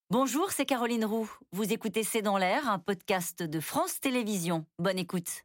Bonjour, c'est Caroline Roux. Vous écoutez C'est dans l'air, un podcast de France Télévisions. Bonne écoute.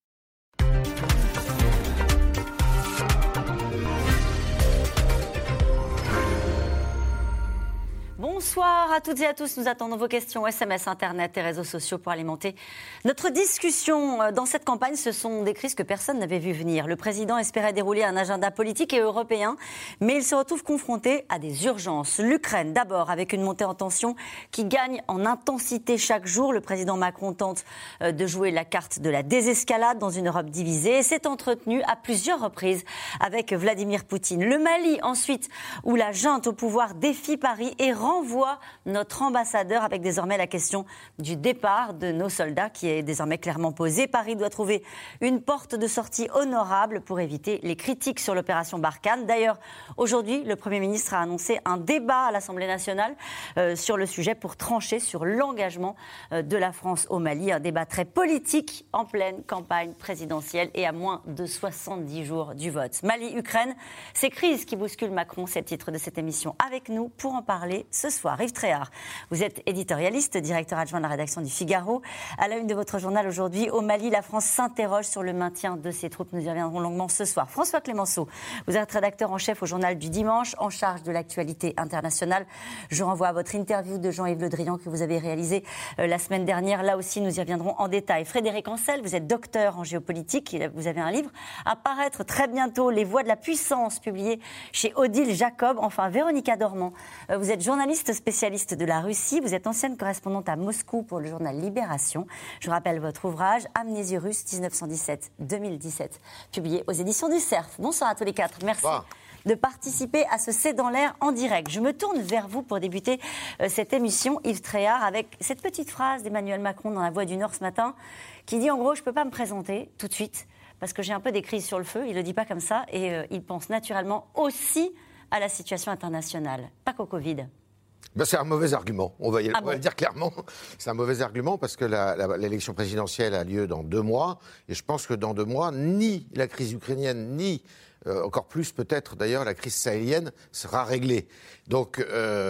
Bonsoir à toutes et à tous. Nous attendons vos questions SMS, Internet et réseaux sociaux pour alimenter notre discussion. Dans cette campagne, ce sont des crises que personne n'avait vu venir. Le président espérait dérouler un agenda politique et européen, mais il se retrouve confronté à des urgences. L'Ukraine, d'abord, avec une montée en tension qui gagne en intensité chaque jour. Le président Macron tente de jouer la carte de la désescalade dans une Europe divisée et s'est entretenu à plusieurs reprises avec Vladimir Poutine. Le Mali, ensuite, où la junte au pouvoir défie Paris et renvoie notre ambassadeur avec désormais la question du départ de nos soldats qui est désormais clairement posée. Paris doit trouver une porte de sortie honorable pour éviter les critiques sur l'opération Barkhane. D'ailleurs, aujourd'hui, le Premier ministre a annoncé un débat à l'Assemblée nationale sur le sujet pour trancher sur l'engagement de la France au Mali. Un débat très politique en pleine campagne présidentielle et à moins de 70 jours du vote. Mali-Ukraine, ces crises qui bousculent Macron, c'est le titre de cette émission. Avec nous pour en parler ce soir, Yves Tréhard, vous êtes éditorialiste, directeur adjoint de la rédaction du Figaro. À la une de votre journal aujourd'hui, au Mali, la France s'interroge sur le maintien de ses troupes. Nous y reviendrons longuement ce soir. François Clémenceau, vous êtes rédacteur en chef au journal du Dimanche, en charge de l'actualité internationale. Je renvoie à votre interview de Jean-Yves Le Drian que vous avez réalisée la semaine dernière. Là aussi, nous y reviendrons en détail. Frédéric Ancel, vous êtes docteur en géopolitique. Vous avez un livre à paraître très bientôt, Les Voix de la puissance, publié chez Odile Jacob. Enfin, Véronica Dormand, vous êtes journaliste spécialiste de la Russie. Vous êtes ancienne correspondante à Moscou pour le journal Libération. Je rappelle votre ouvrage Amnésie russe 1917-2017, publié aux éditions du Cerf. Bonsoir à tous les quatre. Merci de participer à ce C'est dans l'air en direct. Je me tourne vers vous pour débuter cette émission, Yves Tréhard, avec cette petite phrase d'Emmanuel Macron dans La Voix du Nord ce matin, qui dit en gros, je ne peux pas me présenter tout de suite parce que j'ai un peu des crises sur le feu. Il ne le dit pas comme ça et il pense naturellement aussi à la situation internationale, pas qu'au Covid. Ben c'est un mauvais argument, on va le dire clairement. C'est un mauvais argument parce que l'élection présidentielle a lieu dans 2 mois. Et je pense que dans 2 mois, ni la crise ukrainienne, ni encore plus peut-être d'ailleurs la crise sahélienne sera réglée. Donc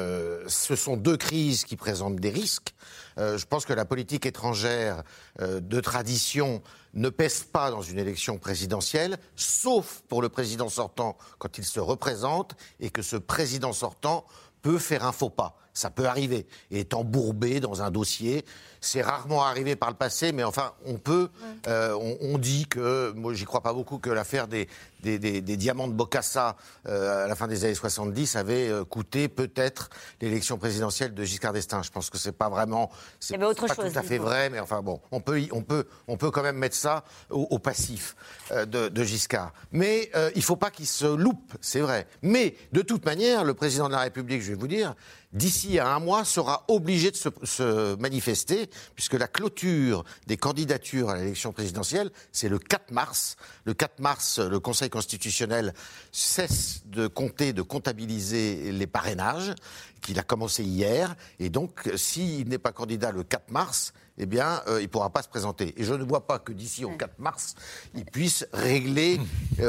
ce sont 2 crises qui présentent des risques. Je pense que la politique étrangère de tradition ne pèse pas dans une élection présidentielle, sauf pour le président sortant quand il se représente et que ce président sortant peut faire un faux pas. Ça peut arriver. Et est embourbé dans un dossier. C'est rarement arrivé par le passé, mais enfin, on peut. On dit que, moi, j'y crois pas beaucoup, que l'affaire des diamants de Bokassa à la fin des années 70 avait coûté peut-être l'élection présidentielle de Giscard d'Estaing. Je pense que c'est pas vraiment. C'est pas tout à fait vrai, mais enfin bon, on peut quand même mettre ça au passif de Giscard. Mais il faut pas qu'il se loupe, c'est vrai. Mais de toute manière, le président de la République, je vais vous dire, d'ici à 1 mois, sera obligé de se manifester, puisque la clôture des candidatures à l'élection présidentielle, c'est le 4 mars. Le 4 mars, le Conseil constitutionnel cesse de comptabiliser les parrainages, qu'il a commencé hier. Et donc, s'il n'est pas candidat le 4 mars, eh bien, il ne pourra pas se présenter. Et je ne vois pas que d'ici au 4 mars, il puisse régler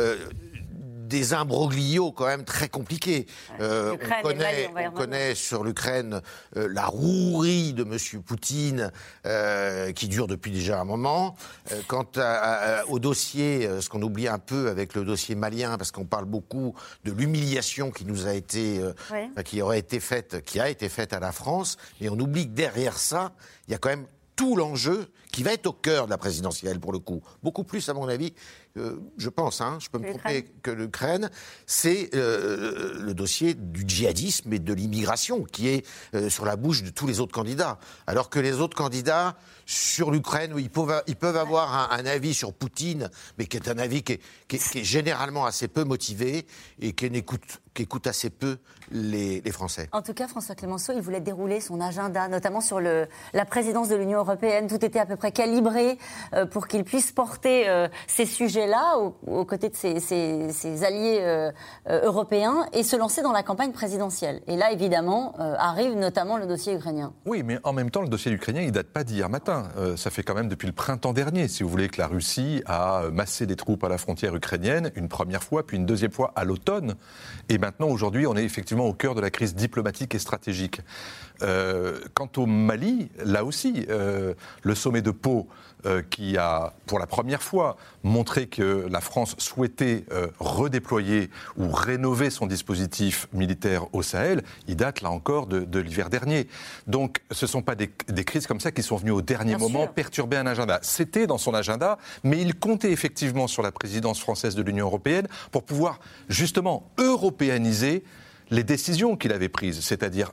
des imbroglios quand même très compliqués. On connaît sur l'Ukraine la rouerie de M. Poutine qui dure depuis déjà un moment. Quant au dossier, ce qu'on oublie un peu avec le dossier malien, parce qu'on parle beaucoup de l'humiliation qui nous a été, qui a été faite à la France, mais on oublie que derrière ça, il y a quand même tout l'enjeu qui va être au cœur de la présidentielle pour le coup. Beaucoup plus à mon avis, je pense, je peux me tromper, que l'Ukraine, c'est le dossier du djihadisme et de l'immigration qui est sur la bouche de tous les autres candidats. Alors que les autres candidats sur l'Ukraine, ils peuvent avoir un avis sur Poutine, mais qui est un avis qui est généralement assez peu motivé et qui écoute assez peu les Français. En tout cas, François Clémenceau, il voulait dérouler son agenda, notamment sur la présidence de l'Union européenne. Tout était à peu près calibré pour qu'il puisse porter ces sujets-là là, aux côtés de ses alliés européens, et se lancer dans la campagne présidentielle. Et là, évidemment, arrive notamment le dossier ukrainien. Oui, mais en même temps, le dossier ukrainien, il ne date pas d'hier matin. Ça fait quand même depuis le printemps dernier, si vous voulez, que la Russie a massé des troupes à la frontière ukrainienne, une première fois, puis une deuxième fois à l'automne. Et maintenant, aujourd'hui, on est effectivement au cœur de la crise diplomatique et stratégique. Quant au Mali, là aussi, le sommet de Pau, qui a, pour la première fois, montré que la France souhaitait redéployer ou rénover son dispositif militaire au Sahel, il date, là encore, de l'hiver dernier. Donc, ce ne sont pas des crises comme ça qui sont venues au dernier moment perturber un agenda. C'était dans son agenda, mais il comptait effectivement sur la présidence française de l'Union européenne pour pouvoir, justement, européaniser les décisions qu'il avait prises, c'est-à-dire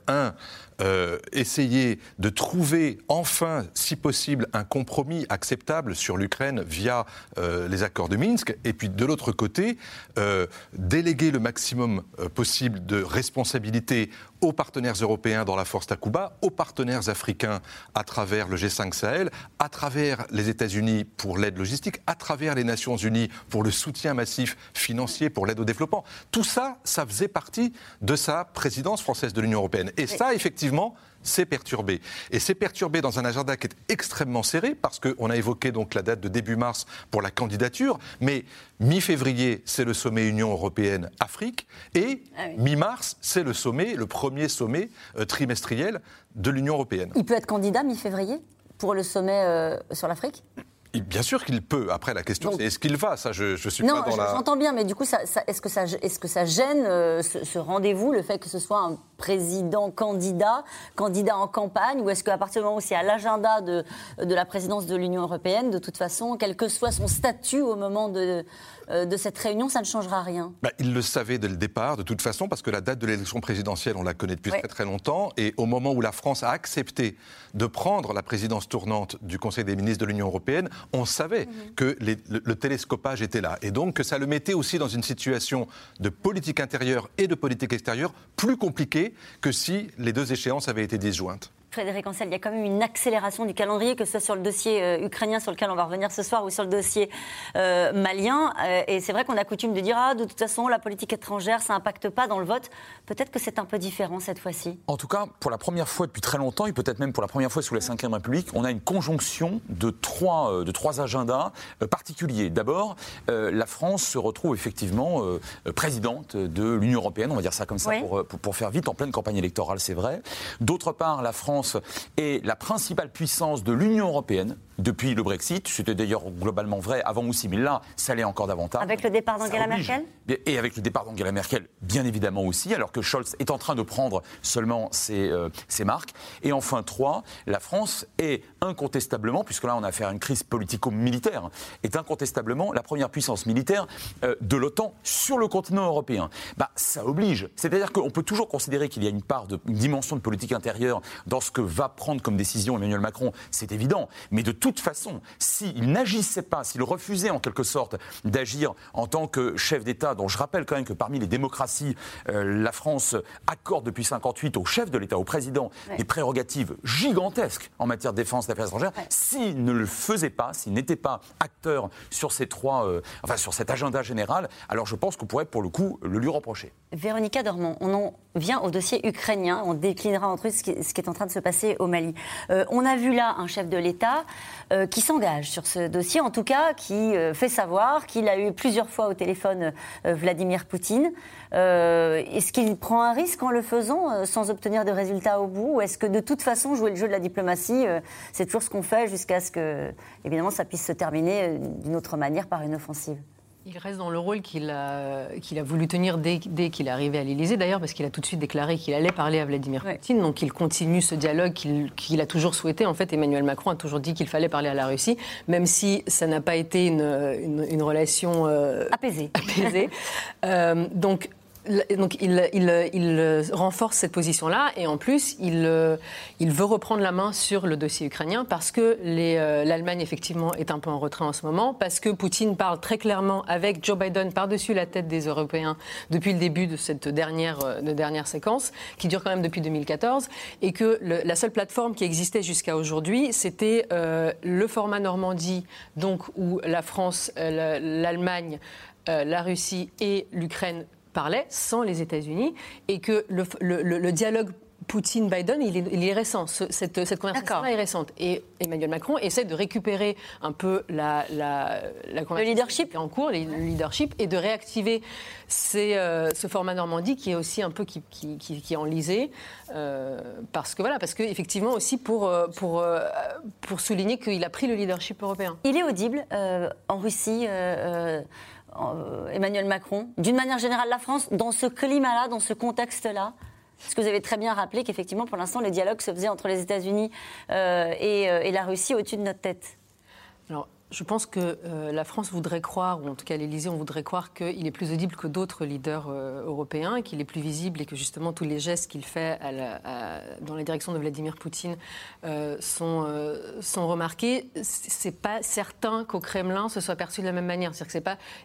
essayer de trouver enfin, si possible, un compromis acceptable sur l'Ukraine via les accords de Minsk, et puis de l'autre côté, déléguer le maximum possible de responsabilités aux partenaires européens dans la force Takuba, aux partenaires africains à travers le G5 Sahel, à travers les États-Unis pour l'aide logistique, à travers les Nations Unies pour le soutien massif financier pour l'aide au développement. Tout ça, ça faisait partie de sa présidence française de l'Union européenne. Et ça, effectivement, c'est perturbé. Et c'est perturbé dans un agenda qui est extrêmement serré, parce qu'on a évoqué donc la date de début mars pour la candidature, mais mi-février, c'est le sommet Union européenne-Afrique, et mi-mars, c'est le premier sommet trimestriel de l'Union européenne. Il peut être candidat mi-février pour le sommet sur l'Afrique ? Bien sûr qu'il peut. Après, la question, c'est est-ce qu'il va ? Ça, je suis pas dans la... J'entends bien, mais du coup, est-ce que ça gêne ce rendez-vous, le fait que ce soit un président candidat en campagne, ou est-ce qu'à partir du moment où c'est à l'agenda de la présidence de l'Union européenne, de toute façon, quel que soit son statut au moment de cette réunion, ça ne changera rien? Il le savait dès le départ, de toute façon, parce que la date de l'élection présidentielle, on la connaît depuis très très longtemps, et au moment où la France a accepté de prendre la présidence tournante du Conseil des ministres de l'Union européenne, on savait que le télescopage était là, et donc que ça le mettait aussi dans une situation de politique intérieure et de politique extérieure plus compliquée que si les deux échéances avaient été disjointes. Frédéric Ancel, il y a quand même une accélération du calendrier, que ce soit sur le dossier ukrainien sur lequel on va revenir ce soir ou sur le dossier malien. Et c'est vrai qu'on a coutume de dire de toute façon, la politique étrangère, ça n'impacte pas dans le vote. Peut-être que c'est un peu différent cette fois-ci. En tout cas, pour la première fois depuis très longtemps, et peut-être même pour la première fois sous la Ve République, on a une conjonction de trois agendas particuliers. D'abord, la France se retrouve effectivement présidente de l'Union européenne, on va dire ça comme ça pour faire vite, en pleine campagne électorale, c'est vrai. D'autre part, la France est la principale puissance de l'Union européenne depuis le Brexit. C'était d'ailleurs globalement vrai avant aussi, mais là, ça l'est encore davantage. Avec le départ d'Angela Merkel ? Et avec le départ d'Angela Merkel, bien évidemment aussi, alors que Scholz est en train de prendre seulement ses marques. Et enfin, 3, la France est incontestablement, puisque là on a affaire à une crise politico-militaire, est incontestablement la première puissance militaire de l'OTAN sur le continent européen. Ça oblige. C'est-à-dire qu'on peut toujours considérer qu'il y a une dimension de politique intérieure dans ce que va prendre comme décision Emmanuel Macron, c'est évident. Mais de toute façon, s'il n'agissait pas, s'il refusait en quelque sorte d'agir en tant que chef d'État, dont je rappelle quand même que parmi les démocraties, la France accorde depuis 1958 au chef de l'État, au président, des prérogatives gigantesques en matière de défense et d'affaires étrangères, s'il ne le faisait pas, s'il n'était pas acteur sur ces sur cet agenda général, alors je pense qu'on pourrait pour le coup le lui reprocher. Véronica Dormont, on en vient au dossier ukrainien, on déclinera entre eux ce qui est en train de se passer au Mali. On a vu là un chef de l'État qui s'engage sur ce dossier, en tout cas qui fait savoir qu'il a eu plusieurs fois au téléphone Vladimir Poutine. Est-ce qu'il prend un risque en le faisant sans obtenir de résultats au bout, ou est-ce que de toute façon jouer le jeu de la diplomatie, c'est toujours ce qu'on fait jusqu'à ce que évidemment ça puisse se terminer d'une autre manière par une offensive? Il reste dans le rôle qu'il a voulu tenir dès qu'il est arrivé à l'Élysée, d'ailleurs, parce qu'il a tout de suite déclaré qu'il allait parler à Vladimir Poutine. Donc il continue ce dialogue qu'il a toujours souhaité. En fait, Emmanuel Macron a toujours dit qu'il fallait parler à la Russie, même si ça n'a pas été une relation apaisée. Donc Donc il renforce cette position-là et en plus il veut reprendre la main sur le dossier ukrainien parce que l'Allemagne effectivement est un peu en retrait en ce moment, parce que Poutine parle très clairement avec Joe Biden par-dessus la tête des Européens depuis le début de cette dernière séquence qui dure quand même depuis 2014 et que la seule plateforme qui existait jusqu'à aujourd'hui c'était le format Normandie, donc où la France, l'Allemagne, la Russie et l'Ukraine parlaient sans les États-Unis et que le dialogue Poutine-Biden, il est récent. Cette conversation-là est récente. Et Emmanuel Macron essaie de récupérer un peu la conversation le leadership qui est en cours, le leadership, et de réactiver ce format Normandie qui est aussi un peu qui est enlisé. Parce que effectivement aussi pour souligner qu'il a pris le leadership européen. Il est audible en Russie. Emmanuel Macron, d'une manière générale la France, dans ce climat-là, dans ce contexte-là, parce que vous avez très bien rappelé qu'effectivement, pour l'instant, le dialogue se faisait entre les États-Unis et la Russie au-dessus de notre tête. Alors, je pense que la France voudrait croire, ou en tout cas l'Élysée, on voudrait croire qu'il est plus audible que d'autres leaders européens, qu'il est plus visible et que justement tous les gestes qu'il fait dans la direction de Vladimir Poutine sont remarqués. C'est pas certain qu'au Kremlin ce soit perçu de la même manière. C'est-à-dire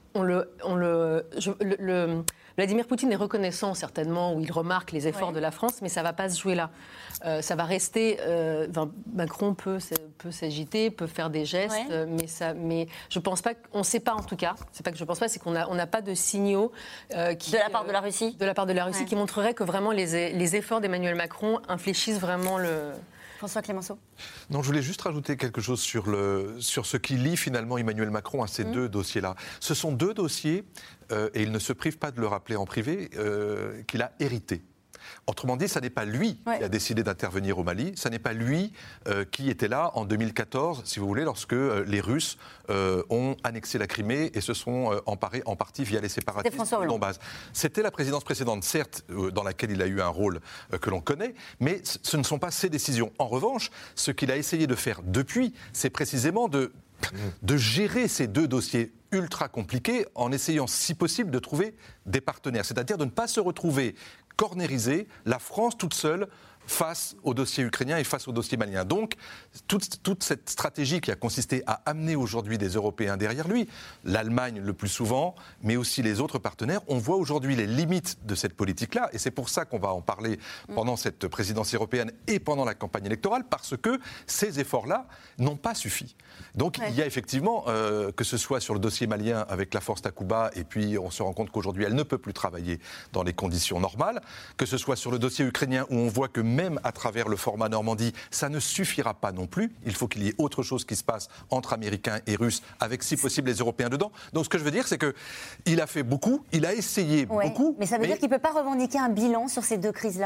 que c'est pas, Vladimir Poutine est reconnaissant certainement, où il remarque les efforts de la France, mais ça ne va pas se jouer là. Ça va rester. Macron peut s'agiter, peut faire des gestes, mais je ne pense pas. On ne sait pas en tout cas. C'est pas que je ne pense pas, c'est qu'on n'a pas de signaux de la part de la Russie. De la part de la Russie, qui montreraient que vraiment les efforts d'Emmanuel Macron infléchissent vraiment le. François Clémenceau. Non, je voulais juste rajouter quelque chose sur ce qui lie finalement Emmanuel Macron à ces deux dossiers-là. Ce sont deux dossiers, et il ne se prive pas de le rappeler en privé, qu'il a hérités. Autrement dit, ce n'est pas lui qui a décidé d'intervenir au Mali, ce n'est pas lui qui était là en 2014, si vous voulez, lorsque les Russes ont annexé la Crimée et se sont emparés en partie via les séparatistes de Donbass. C'était la présidence précédente, certes, dans laquelle il a eu un rôle que l'on connaît, mais ce ne sont pas ses décisions. En revanche, ce qu'il a essayé de faire depuis, c'est précisément de gérer ces deux dossiers ultra compliqués en essayant, si possible, de trouver des partenaires. C'est-à-dire de ne pas se retrouver cornériser la France toute seule face au dossier ukrainien et face au dossier malien. Donc, toute cette stratégie qui a consisté à amener aujourd'hui des Européens derrière lui, l'Allemagne le plus souvent, mais aussi les autres partenaires, on voit aujourd'hui les limites de cette politique-là, et c'est pour ça qu'on va en parler pendant cette présidence européenne et pendant la campagne électorale, parce que ces efforts-là n'ont pas suffi. Donc, il y a effectivement, que ce soit sur le dossier malien avec la force Takuba, et puis on se rend compte qu'aujourd'hui, elle ne peut plus travailler dans les conditions normales, que ce soit sur le dossier ukrainien, où on voit que même à travers le format Normandie, ça ne suffira pas non plus. Il faut qu'il y ait autre chose qui se passe entre Américains et Russes, avec si possible les Européens dedans. Donc ce que je veux dire, c'est qu'il a fait beaucoup, il a essayé beaucoup. Mais ça veut dire qu'il ne peut pas revendiquer un bilan sur ces deux crises-là ?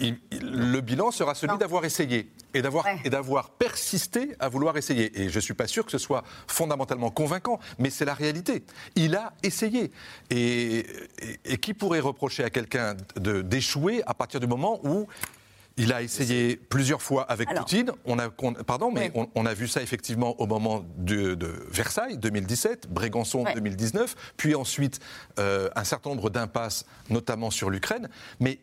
Le bilan sera celui d'avoir essayé et d'avoir persisté à vouloir essayer. Et je ne suis pas sûr que ce soit fondamentalement convaincant, mais c'est la réalité. Il a essayé. Et qui pourrait reprocher à quelqu'un d'échouer à partir du moment où il a essayé plusieurs fois avec Poutine. On a vu ça effectivement au moment de Versailles 2017, Brégançon 2019, puis ensuite un certain nombre d'impasses, notamment sur l'Ukraine. Mais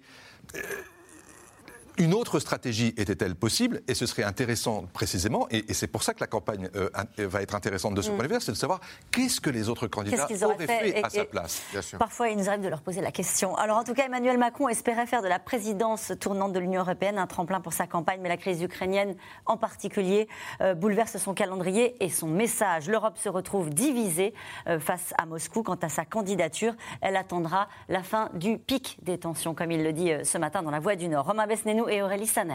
une autre stratégie était-elle possible ? Et ce serait intéressant précisément, et c'est pour ça que la campagne va être intéressante de ce point de vue, c'est de savoir qu'est-ce que les autres candidats auraient fait à sa place. Parfois, il nous arrive de leur poser la question. Alors en tout cas, Emmanuel Macron espérait faire de la présidence tournante de l'Union européenne un tremplin pour sa campagne, mais la crise ukrainienne en particulier bouleverse son calendrier et son message. L'Europe se retrouve divisée face à Moscou. Quant à sa candidature, elle attendra la fin du pic des tensions, comme il le dit ce matin dans La Voix du Nord. Romain Besnénou et Aurélie Saner.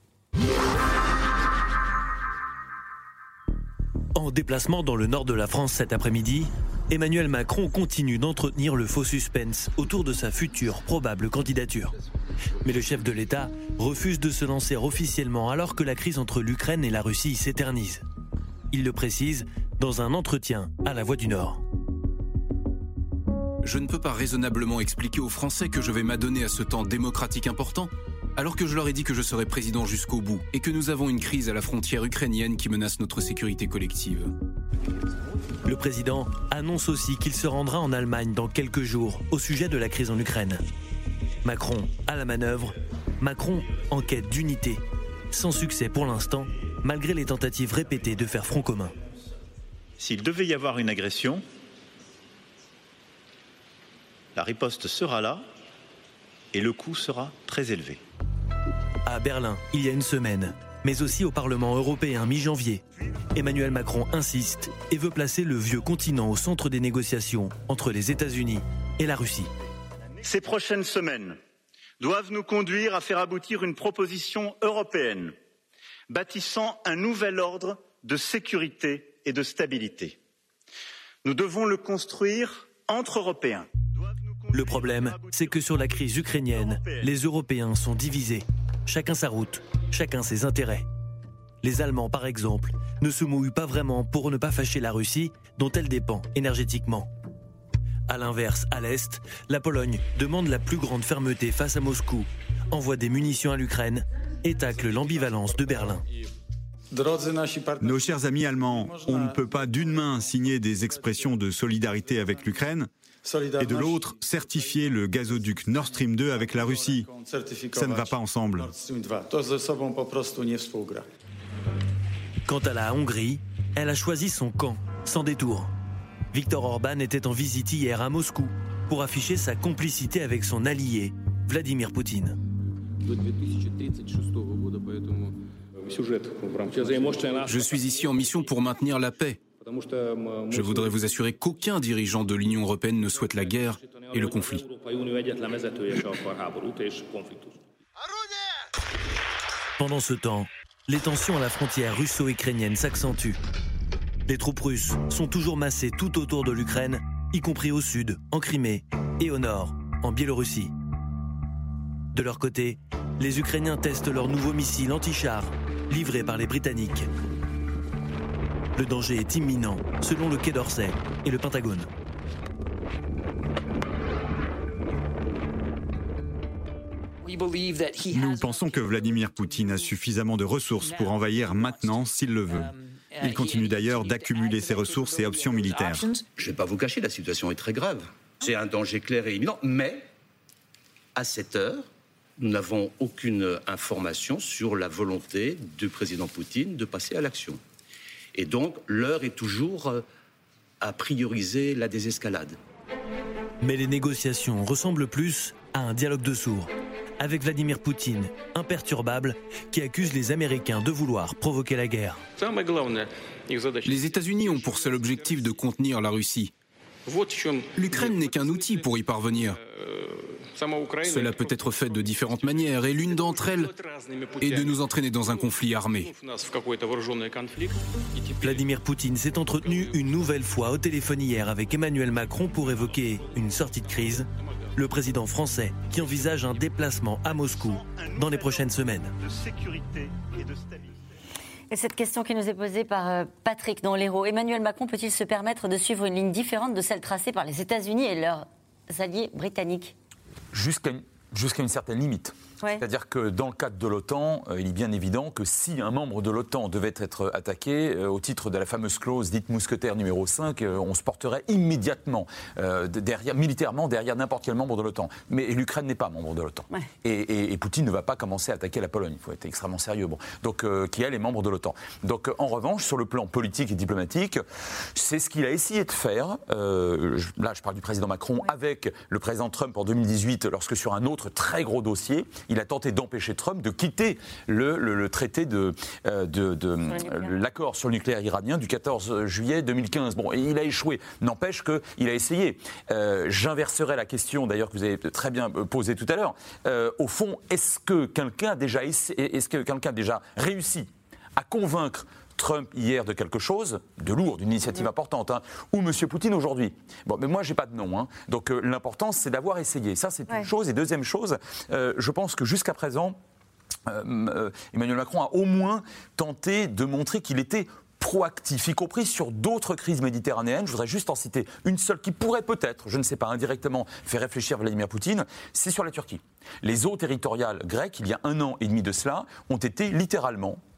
En déplacement dans le nord de la France cet après-midi, Emmanuel Macron continue d'entretenir le faux suspense autour de sa future probable candidature. Mais le chef de l'État refuse de se lancer officiellement alors que la crise entre l'Ukraine et la Russie s'éternise. Il le précise dans un entretien à La Voix du Nord. Je ne peux pas raisonnablement expliquer aux Français que je vais m'adonner à ce temps démocratique important, alors que je leur ai dit que je serai président jusqu'au bout et que nous avons une crise à la frontière ukrainienne qui menace notre sécurité collective. Le président annonce aussi qu'il se rendra en Allemagne dans quelques jours au sujet de la crise en Ukraine. Macron à la manœuvre, Macron en quête d'unité, sans succès pour l'instant, malgré les tentatives répétées de faire front commun. S'il devait y avoir une agression, la riposte sera là et le coût sera très élevé. À Berlin, il y a une semaine, mais aussi au Parlement européen mi-janvier, Emmanuel Macron insiste et veut placer le vieux continent au centre des négociations entre les États-Unis et la Russie. Ces prochaines semaines doivent nous conduire à faire aboutir une proposition européenne bâtissant un nouvel ordre de sécurité et de stabilité. Nous devons le construire entre Européens. Le problème, c'est que sur la crise ukrainienne, les Européens sont divisés. Chacun sa route, chacun ses intérêts. Les Allemands, par exemple, ne se mouillent pas vraiment pour ne pas fâcher la Russie, dont elle dépend énergétiquement. À l'inverse, à l'Est, la Pologne demande la plus grande fermeté face à Moscou, envoie des munitions à l'Ukraine et tacle l'ambivalence de Berlin. Nos chers amis allemands, on ne peut pas d'une main signer des expressions de solidarité avec l'Ukraine et de l'autre certifier le gazoduc Nord Stream 2 avec la Russie. Ça ne va pas ensemble. Quant à la Hongrie, elle a choisi son camp, sans détour. Viktor Orban était en visite hier à Moscou pour afficher sa complicité avec son allié, Vladimir Poutine. Je suis ici en mission pour maintenir la paix. Je voudrais vous assurer qu'aucun dirigeant de l'Union européenne ne souhaite la guerre et le conflit. Pendant ce temps, les tensions à la frontière russo-ukrainienne s'accentuent. Les troupes russes sont toujours massées tout autour de l'Ukraine, y compris au sud, en Crimée, et au nord, en Biélorussie. De leur côté, les Ukrainiens testent leurs nouveaux missiles anti-chars, livrés par les Britanniques. Le danger est imminent, selon le Quai d'Orsay et le Pentagone. Nous pensons que Vladimir Poutine a suffisamment de ressources pour envahir maintenant s'il le veut. Il continue d'ailleurs d'accumuler ses ressources et options militaires. Je ne vais pas vous cacher, la situation est très grave. C'est un danger clair et imminent, mais à cette heure, nous n'avons aucune information sur la volonté du président Poutine de passer à l'action. Et donc, l'heure est toujours à prioriser la désescalade. Mais les négociations ressemblent plus à un dialogue de sourds, avec Vladimir Poutine, imperturbable, qui accuse les Américains de vouloir provoquer la guerre. Les États-Unis ont pour seul objectif de contenir la Russie. L'Ukraine n'est qu'un outil pour y parvenir. Cela peut être fait de différentes manières et l'une d'entre elles est de nous entraîner dans un conflit armé. Vladimir Poutine s'est entretenu une nouvelle fois au téléphone hier avec Emmanuel Macron pour évoquer une sortie de crise. Le président français qui envisage un déplacement à Moscou dans les prochaines semaines. Et cette question qui nous est posée par Patrick dans l'Hérault. Emmanuel Macron peut-il se permettre de suivre une ligne différente de celle tracée par les États-Unis et leurs alliés britanniques ? Jusqu'à une certaine limite. Ouais. C'est-à-dire que dans le cadre de l'OTAN, il est bien évident que si un membre de l'OTAN devait être attaqué, au titre de la fameuse clause dite mousquetaire numéro 5, on se porterait immédiatement militairement derrière n'importe quel membre de l'OTAN. Mais l'Ukraine n'est pas membre de l'OTAN. Ouais. Et Poutine ne va pas commencer à attaquer la Pologne. Il faut être extrêmement sérieux. Bon. Donc, qui elle est membre de l'OTAN. Donc, en revanche, sur le plan politique et diplomatique, c'est ce qu'il a essayé de faire. Là, je parle du président Macron avec le président Trump en 2018, lorsque sur un autre très gros dossier, il a tenté d'empêcher Trump de quitter le traité l'accord sur le nucléaire iranien du 14 juillet 2015. Bon, et il a échoué. N'empêche qu'il a essayé. J'inverserai la question, d'ailleurs, que vous avez très bien posée tout à l'heure. Au fond, est-ce que quelqu'un a déjà réussi à convaincre Trump hier de quelque chose de lourd, d'une initiative importante, ou M. Poutine aujourd'hui? Bon, mais moi, j'ai pas de nom. Donc, l'important, c'est d'avoir essayé. Ça, c'est une chose. Et deuxième chose, je pense que jusqu'à présent, Emmanuel Macron a au moins tenté de montrer qu'il était proactif, y compris sur d'autres crises méditerranéennes. Je voudrais juste en citer une seule qui pourrait peut-être, je ne sais pas, indirectement faire réfléchir Vladimir Poutine, c'est sur la Turquie. Les eaux territoriales grecques, il y a 1 an et demi de cela, ont été littéralement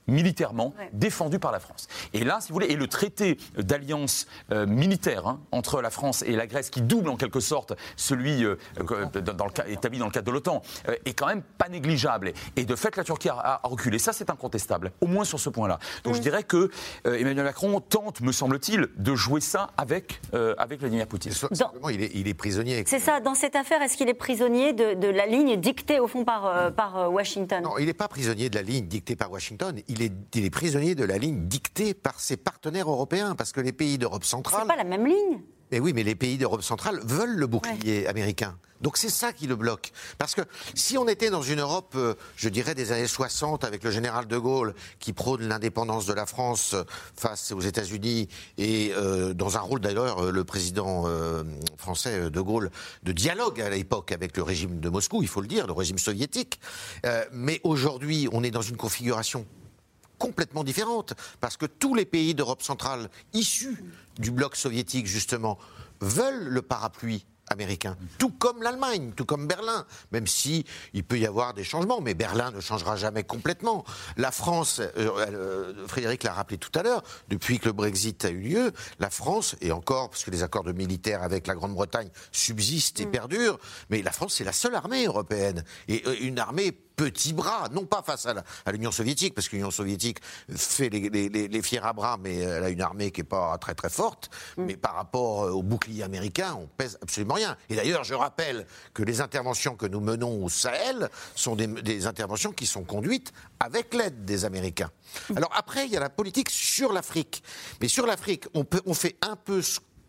militairement défendu par la France. Et là, si vous voulez, et le traité d'alliance militaire entre la France et la Grèce, qui double en quelque sorte celui établi dans le cadre de l'OTAN, est quand même pas négligeable. Et de fait, la Turquie a reculé. Ça, c'est incontestable, au moins sur ce point-là. Donc je dirais que Emmanuel Macron tente, me semble-t-il, de jouer ça avec Vladimir Poutine. Simplement, il est prisonnier. C'est ça. Dans cette affaire, est-ce qu'il est prisonnier de la ligne dictée, au fond, par Washington? Non, il n'est pas prisonnier de la ligne dictée par Washington. Il est prisonnier de la ligne dictée par ses partenaires européens, parce que les pays d'Europe centrale... C'est pas la même ligne. Mais oui, mais les pays d'Europe centrale veulent le bouclier américain. Donc c'est ça qui le bloque. Parce que si on était dans une Europe, je dirais, des années 60, avec le général de Gaulle, qui prône l'indépendance de la France face aux États-Unis, et dans un rôle d'ailleurs, le président français de Gaulle, de dialogue à l'époque avec le régime de Moscou, il faut le dire, le régime soviétique. Mais aujourd'hui, on est dans une configuration complètement différente, parce que tous les pays d'Europe centrale issus du bloc soviétique, justement, veulent le parapluie américain, tout comme l'Allemagne, tout comme Berlin, même si il peut y avoir des changements, mais Berlin ne changera jamais complètement. La France, Frédéric l'a rappelé tout à l'heure, depuis que le Brexit a eu lieu, la France, et encore, parce que les accords de militaires avec la Grande-Bretagne subsistent et perdurent, mais la France, c'est la seule armée européenne, et une armée petit bras, non pas face à l'Union soviétique, parce que l'Union soviétique fait les fiers à bras, mais elle a une armée qui n'est pas très très forte, mais par rapport au bouclier américain, on pèse absolument rien. Et d'ailleurs, je rappelle que les interventions que nous menons au Sahel sont des interventions qui sont conduites avec l'aide des Américains. Alors après, il y a la politique sur l'Afrique. Mais sur l'Afrique, on fait un peu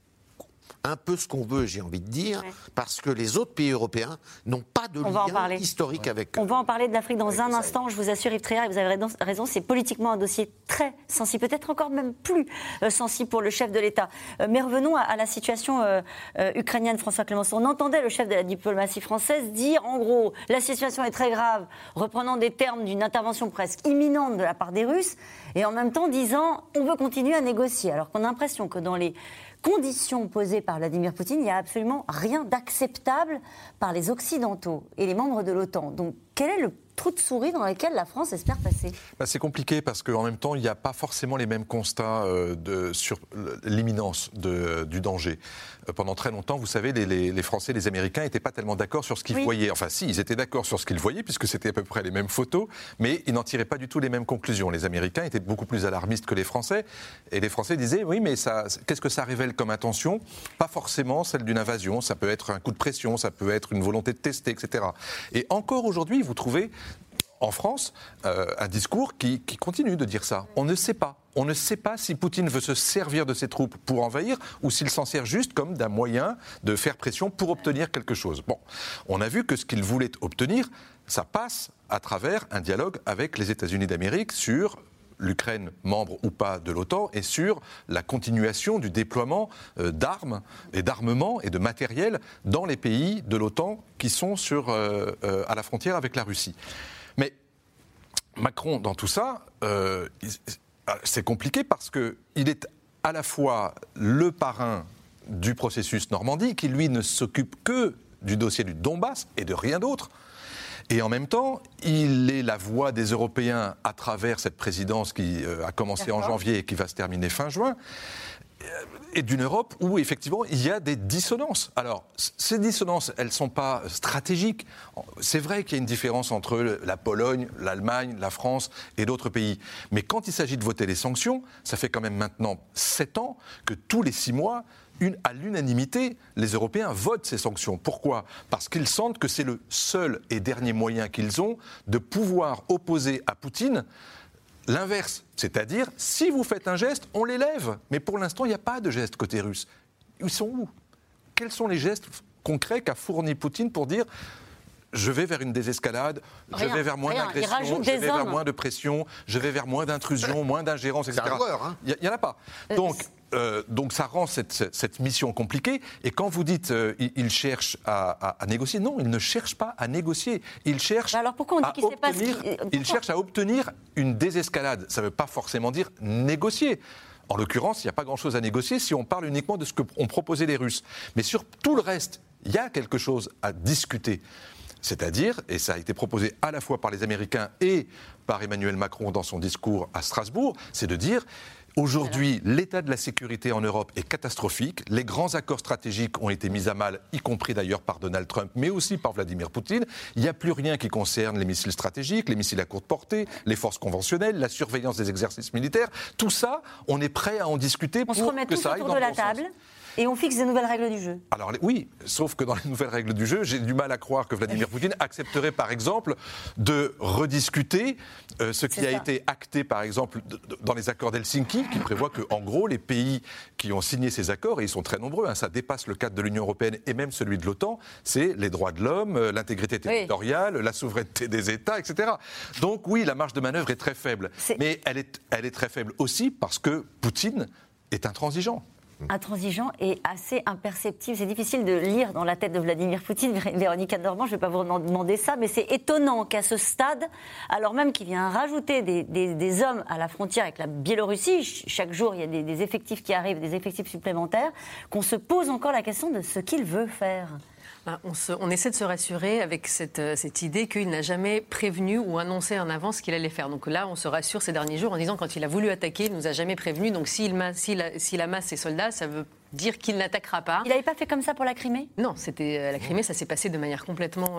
ce qu'on veut, j'ai envie de dire, parce que les autres pays européens n'ont pas de lien historique avec eux. On va en parler de l'Afrique dans un instant, je vous assure Yves Tréhard, vous avez raison, c'est politiquement un dossier très sensible, peut-être encore même plus sensible pour le chef de l'État. Mais revenons à la situation ukrainienne, François Clémenceau. On entendait le chef de la diplomatie française dire, en gros, la situation est très grave, reprenant des termes d'une intervention presque imminente de la part des Russes, et en même temps disant, on veut continuer à négocier, alors qu'on a l'impression que dans les conditions posées par Vladimir Poutine, il n'y a absolument rien d'acceptable par les Occidentaux et les membres de l'OTAN. Donc, quel est le trou de souris dans lequel la France espère passer? C'est compliqué parce qu'en même temps, il n'y a pas forcément les mêmes constats sur l'imminence du danger. Pendant très longtemps, vous savez, les Français, les Américains n'étaient pas tellement d'accord sur ce qu'ils voyaient. Enfin, si, ils étaient d'accord sur ce qu'ils voyaient, puisque c'était à peu près les mêmes photos, mais ils n'en tiraient pas du tout les mêmes conclusions. Les Américains étaient beaucoup plus alarmistes que les Français, et les Français disaient, oui, mais qu'est-ce que ça révèle comme intention? Pas forcément celle d'une invasion, ça peut être un coup de pression, ça peut être une volonté de tester, etc. Et encore aujourd'hui, vous trouvez en France un discours qui continue de dire ça. On ne sait pas. On ne sait pas si Poutine veut se servir de ses troupes pour envahir ou s'il s'en sert juste comme d'un moyen de faire pression pour obtenir quelque chose. Bon, on a vu que ce qu'il voulait obtenir, ça passe à travers un dialogue avec les États-Unis d'Amérique sur l'Ukraine, membre ou pas de l'OTAN, et sur la continuation du déploiement d'armes et d'armements et de matériel dans les pays de l'OTAN qui sont à la frontière avec la Russie. Mais Macron, dans tout ça, c'est compliqué parce qu'il est à la fois le parrain du processus Normandie, qui lui ne s'occupe que du dossier du Donbass et de rien d'autre. Et en même temps, il est la voix des Européens à travers cette présidence qui a commencé en janvier et qui va se terminer fin juin, et d'une Europe où, effectivement, il y a des dissonances. Alors, ces dissonances, elles ne sont pas stratégiques. C'est vrai qu'il y a une différence entre la Pologne, l'Allemagne, la France et d'autres pays. Mais quand il s'agit de voter les sanctions, ça fait quand même maintenant 7 ans que tous les 6 mois, à l'unanimité, les Européens votent ces sanctions. Pourquoi ? Parce qu'ils sentent que c'est le seul et dernier moyen qu'ils ont de pouvoir opposer à Poutine l'inverse. C'est-à-dire, si vous faites un geste, on l'élève. Mais pour l'instant, il n'y a pas de geste côté russe. Ils sont où ? Quels sont les gestes concrets qu'a fourni Poutine pour dire je vais vers une désescalade, je vais vers moins d'agression, je vais vers moins de pression, je vais vers moins d'intrusion, moins d'ingérence, etc. C'est un joueur, hein ? Il n'y en a pas. Donc ça rend cette mission compliquée. Et quand vous dites il cherche à négocier, non, il ne cherche pas à négocier. Il cherche à obtenir une désescalade. Ça ne veut pas forcément dire négocier. En l'occurrence, il n'y a pas grand-chose à négocier si on parle uniquement de ce qu'ont proposé les Russes. Mais sur tout le reste, il y a quelque chose à discuter. C'est-à-dire, et ça a été proposé à la fois par les Américains et par Emmanuel Macron dans son discours à Strasbourg, c'est de dire... Aujourd'hui, l'état de la sécurité en Europe est catastrophique. Les grands accords stratégiques ont été mis à mal, y compris d'ailleurs par Donald Trump, mais aussi par Vladimir Poutine. Il n'y a plus rien qui concerne les missiles stratégiques, les missiles à courte portée, les forces conventionnelles, la surveillance des exercices militaires. Tout ça, on est prêt à en discuter pour que ça aille dans le bon sens. On se remet tous autour de la table et on fixe des nouvelles règles du jeu. Alors oui, sauf que dans les nouvelles règles du jeu, j'ai du mal à croire que Vladimir Poutine accepterait par exemple de rediscuter ce qui a été acté par exemple dans les accords d'Helsinki, qui prévoit que en gros les pays qui ont signé ces accords, et ils sont très nombreux, ça dépasse le cadre de l'Union européenne et même celui de l'OTAN, c'est les droits de l'homme, l'intégrité territoriale, la souveraineté des États, etc. Donc oui, la marge de manœuvre est très faible. Mais elle est très faible aussi parce que Poutine est intransigeant. Intransigeant et assez imperceptible. C'est difficile de lire dans la tête de Vladimir Poutine. Véronica Normand, je ne vais pas vous demander ça, mais c'est étonnant qu'à ce stade, alors même qu'il vient rajouter des hommes à la frontière avec la Biélorussie, chaque jour il y a des effectifs qui arrivent, des effectifs supplémentaires, qu'on se pose encore la question de ce qu'il veut faire. On essaie de se rassurer avec cette idée qu'il n'a jamais prévenu ou annoncé en avance ce qu'il allait faire. Donc là, on se rassure ces derniers jours en disant quand il a voulu attaquer, il ne nous a jamais prévenu. Donc s'il amasse ses soldats, ça veut dire qu'il n'attaquera pas. Il n'avait pas fait comme ça pour la Crimée ? Non, c'était la Crimée, ça s'est passé de manière complètement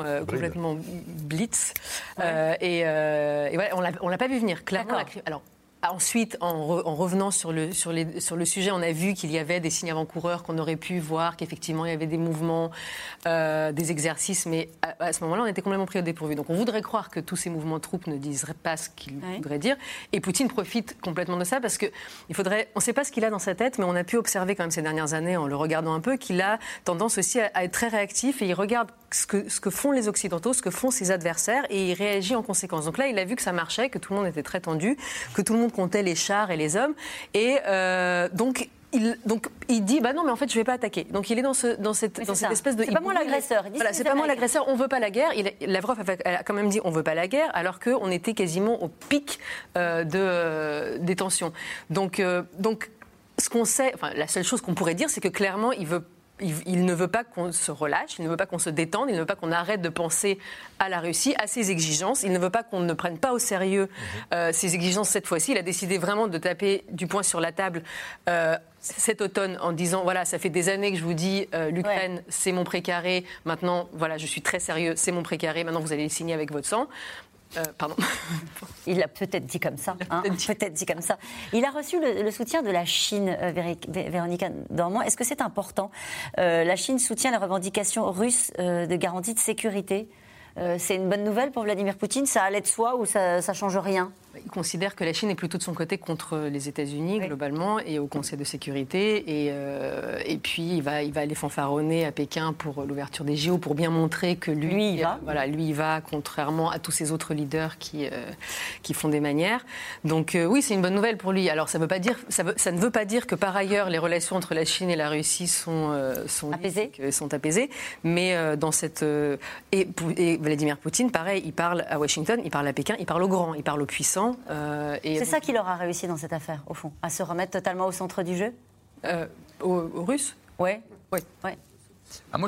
blitz. Et voilà, on l'a pas vu venir. Clairement, alors. Ensuite, en revenant sur le sujet, on a vu qu'il y avait des signes avant-coureurs qu'on aurait pu voir, qu'effectivement il y avait des mouvements, des exercices, mais à ce moment-là, on était complètement pris au dépourvu. Donc on voudrait croire que tous ces mouvements de troupes ne disent pas ce qu'ils voudraient dire. Et Poutine profite complètement de ça parce qu'on ne sait pas ce qu'il a dans sa tête, mais on a pu observer quand même ces dernières années, en le regardant un peu, qu'il a tendance aussi à être très réactif et il regarde ce que font les Occidentaux, ce que font ses adversaires et il réagit en conséquence. Donc là, il a vu que ça marchait, que tout le monde était très tendu, que tout le monde comptait les chars et les hommes. Et donc il dit non mais en fait je vais pas attaquer. Donc il est dans cette espèce de. C'est pas moi l'agresseur. Voilà, c'est pas moi l'agresseur. On veut pas la guerre. Lavrov a quand même dit on veut pas la guerre alors qu'on était quasiment au pic des tensions. Donc ce qu'on sait, la seule chose qu'on pourrait dire c'est que clairement il ne veut pas qu'on se relâche, il ne veut pas qu'on se détende, il ne veut pas qu'on arrête de penser à la Russie, à ses exigences. Il ne veut pas qu'on ne prenne pas au sérieux ses exigences cette fois-ci. Il a décidé vraiment de taper du poing sur la table cet automne en disant voilà, ça fait des années que je vous dis l'Ukraine, c'est mon précaré. Maintenant, voilà, je suis très sérieux, c'est mon précaré. Maintenant, vous allez le signer avec votre sang. Pardon. Il l'a peut-être dit comme ça. Peut-être dit comme ça. Il a reçu le soutien de la Chine, Véronica Normand. Est-ce que c'est important ? La Chine soutient les revendications russes de garantie de sécurité. C'est une bonne nouvelle pour Vladimir Poutine ? Ça allait de soi ou ça ne change rien ? Il considère que la Chine est plutôt de son côté contre les États-Unis globalement et au Conseil de sécurité. Et puis il va aller fanfaronner à Pékin pour l'ouverture des JO pour bien montrer que lui il va, contrairement à tous ces autres leaders qui font des manières. Donc oui, c'est une bonne nouvelle pour lui. Alors ça ne veut pas dire que par ailleurs les relations entre la Chine et la Russie sont apaisées. Mais dans cette et Vladimir Poutine, pareil, il parle à Washington, il parle à Pékin, il parle aux grands, il parle aux puissants. C'est ça qu'il aura réussi dans cette affaire, au fond, à se remettre totalement au centre du jeu ? Aux Russes ? Oui. Moi,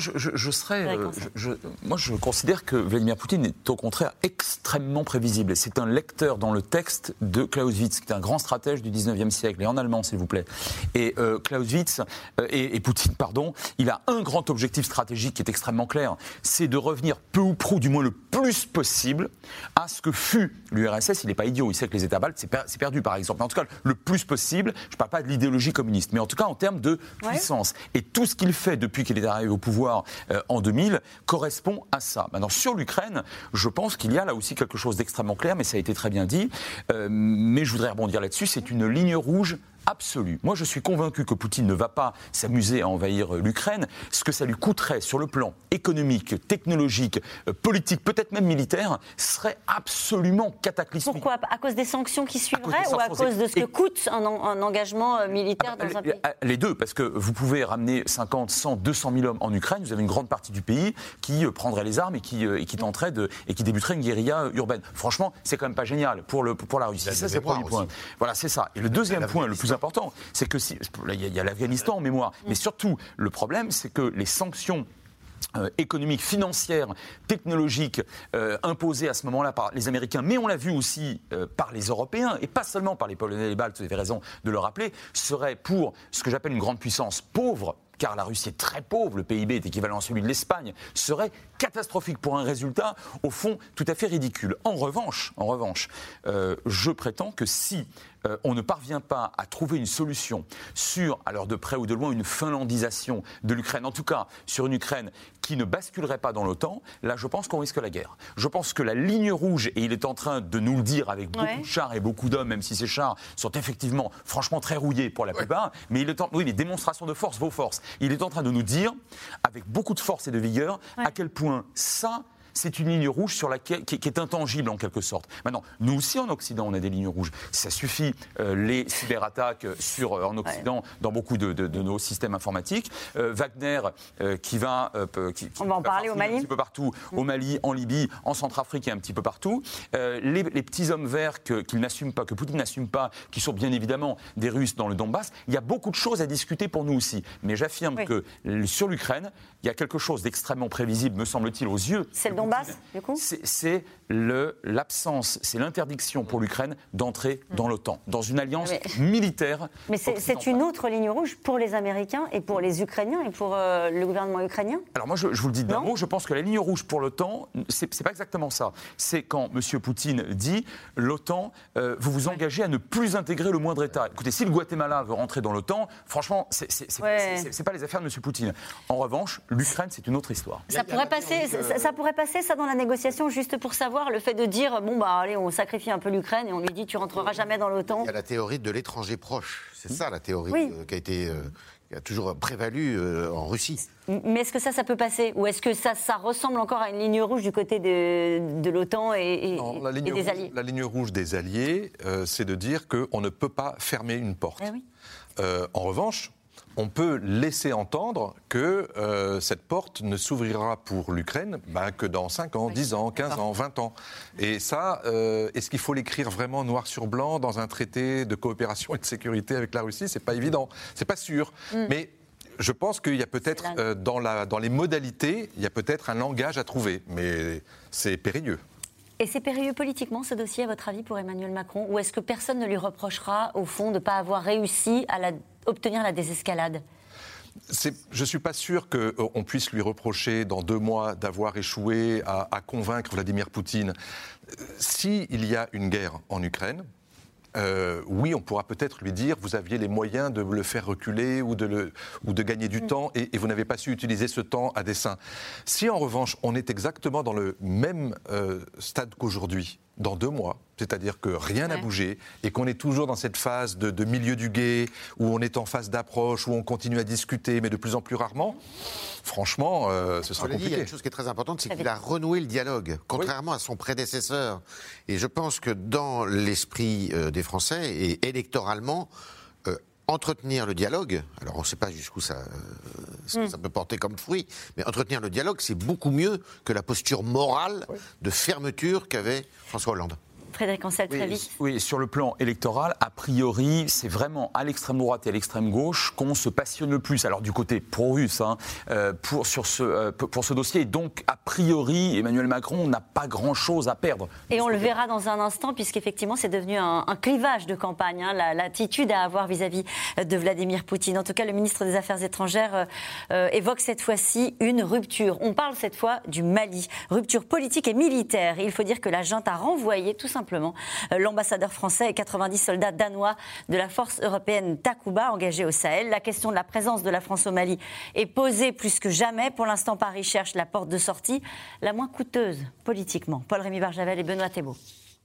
je considère que Vladimir Poutine est au contraire extrêmement prévisible. C'est un lecteur dans le texte de Clausewitz, qui est un grand stratège du 19e siècle, et en allemand, s'il vous plaît. Et Clausewitz, et Poutine, pardon, il a un grand objectif stratégique qui est extrêmement clair, c'est de revenir peu ou prou, du moins le plus possible, à ce que fut l'URSS. Il n'est pas idiot, il sait que les États baltes, c'est perdu, par exemple. Mais en tout cas, le plus possible, je ne parle pas de l'idéologie communiste, mais en tout cas en termes de puissance. Et tout ce qu'il fait depuis qu'il est arrivé au pouvoir en 2000 correspond à ça. Maintenant, sur l'Ukraine, je pense qu'il y a là aussi quelque chose d'extrêmement clair, mais ça a été très bien dit. Mais je voudrais rebondir là-dessus, c'est une ligne rouge absolue. Moi, je suis convaincu que Poutine ne va pas s'amuser à envahir l'Ukraine. Ce que ça lui coûterait sur le plan économique, technologique, politique, peut-être même militaire, serait absolument cataclysmique. Pourquoi ? À cause des sanctions qui suivraient ou à cause de ce que coûte un engagement militaire dans un pays ? Les deux, parce que vous pouvez ramener 50, 100, 200 000 hommes en Ukraine, vous avez une grande partie du pays qui prendrait les armes et qui tenterait et qui débuterait une guérilla urbaine. Franchement, c'est quand même pas génial pour la Russie. Ça, c'est le premier point. Voilà, c'est ça. Et le deuxième point, le plus important, c'est que il y a l'Afghanistan en mémoire, mais surtout, le problème, c'est que les sanctions économique, financière, technologique imposée à ce moment-là par les Américains, mais on l'a vu aussi par les Européens, et pas seulement par les Polonais et les Baltes, vous avez raison de le rappeler, serait pour ce que j'appelle une grande puissance pauvre, car la Russie est très pauvre, le PIB est équivalent à celui de l'Espagne, serait catastrophique pour un résultat, au fond, tout à fait ridicule. En revanche, je prétends que si on ne parvient pas à trouver une solution sur, alors de près ou de loin, une finlandisation de l'Ukraine, en tout cas sur une Ukraine qui ne basculerait pas dans l'OTAN, là je pense qu'on risque la guerre. Je pense que la ligne rouge, et il est en train de nous le dire avec beaucoup de chars et beaucoup d'hommes, même si ces chars sont effectivement, franchement, très rouillés pour la plupart, mais il est oui, les démonstrations de force, vos forces, il est en train de nous dire, avec beaucoup de force et de vigueur, à quel point ça, c'est une ligne rouge sur laquelle, qui est intangible en quelque sorte. Maintenant, nous aussi en Occident, on a des lignes rouges. Ça suffit, les cyberattaques en Occident, dans beaucoup de nos systèmes informatiques. Wagner, qui va... on va en parler au Mali. Un petit peu partout, au Mali, en Libye, en Centrafrique et un petit peu partout. Les petits hommes verts qu'ils n'assument pas, que Poutine n'assume pas, qui sont bien évidemment des Russes dans le Donbass, il y a beaucoup de choses à discuter pour nous aussi. Mais j'affirme que sur l'Ukraine, il y a quelque chose d'extrêmement prévisible, me semble-t-il, aux yeux. C'est le Donbass, du coup ? C'est l'absence, c'est l'interdiction pour l'Ukraine d'entrer dans l'OTAN, dans une alliance militaire. Mais c'est une autre ligne rouge pour les Américains et pour les Ukrainiens et pour le gouvernement ukrainien ? Alors moi, je vous le dis d'un mot, je pense que la ligne rouge pour l'OTAN, c'est pas exactement ça. C'est quand M. Poutine dit l'OTAN, vous vous engagez à ne plus intégrer le moindre État. Écoutez, si le Guatemala veut rentrer dans l'OTAN, franchement, c'est pas les affaires de M. Poutine. En revanche, l'Ukraine, c'est une autre histoire. Ça pourrait passer ça dans la négociation, juste pour savoir, le fait de dire, bon, bah allez, on sacrifie un peu l'Ukraine et on lui dit, tu rentreras jamais dans l'OTAN. Il y a la théorie de l'étranger proche. C'est ça la théorie qui a toujours prévalu en Russie. Mais est-ce que ça peut passer ? Ou est-ce que ça ressemble encore à une ligne rouge du côté de l'OTAN et des alliés ? La ligne rouge des alliés, c'est de dire qu'on ne peut pas fermer une porte. En revanche, on peut laisser entendre que cette porte ne s'ouvrira pour l'Ukraine que dans 5 ans, 10 ans, 15 ans, 20 ans. Et ça, est-ce qu'il faut l'écrire vraiment noir sur blanc dans un traité de coopération et de sécurité avec la Russie ? C'est pas évident, c'est pas sûr. Mais je pense qu'il y a peut-être, dans les modalités, il y a peut-être un langage à trouver. Mais c'est périlleux. Et c'est périlleux politiquement, ce dossier, à votre avis, pour Emmanuel Macron ? Ou est-ce que personne ne lui reprochera, au fond, de ne pas avoir réussi à obtenir la désescalade ? Je ne suis pas sûr qu'on puisse lui reprocher dans 2 mois d'avoir échoué à convaincre Vladimir Poutine. S'il y a une guerre en Ukraine, oui, on pourra peut-être lui dire vous aviez les moyens de le faire reculer ou de gagner du temps et vous n'avez pas su utiliser ce temps à dessein. Si en revanche on est exactement dans le même stade qu'aujourd'hui, dans 2 mois, c'est-à-dire que rien n'a bougé et qu'on est toujours dans cette phase de milieu du gué, où on est en phase d'approche, où on continue à discuter, mais de plus en plus rarement, franchement, ce sera compliqué. Il y a une chose qui est très importante, c'est qu'il a renoué le dialogue, contrairement à son prédécesseur. Et je pense que dans l'esprit des Français, et électoralement, entretenir le dialogue, alors on ne sait pas jusqu'où ça peut porter comme fruit, mais entretenir le dialogue, c'est beaucoup mieux que la posture morale de fermeture qu'avait François Hollande. Frédéric Ancel, très vite. Oui, sur le plan électoral, a priori, c'est vraiment à l'extrême droite et à l'extrême gauche qu'on se passionne le plus. Alors du côté pro-russe, pour ce dossier. Donc, a priori, Emmanuel Macron n'a pas grand-chose à perdre. Et on le verra dans un instant, puisqu'effectivement, c'est devenu un clivage de campagne, l'attitude à avoir vis-à-vis de Vladimir Poutine. En tout cas, le ministre des Affaires étrangères évoque cette fois-ci une rupture. On parle cette fois du Mali. Rupture politique et militaire. Et il faut dire que la junte a renvoyé tout simplement l'ambassadeur français et 90 soldats danois de la force européenne Takuba engagés au Sahel. La question de la présence de la France au Mali est posée plus que jamais. Pour l'instant, Paris cherche la porte de sortie la moins coûteuse politiquement. Paul-Rémy Barjavel et Benoît Thébault.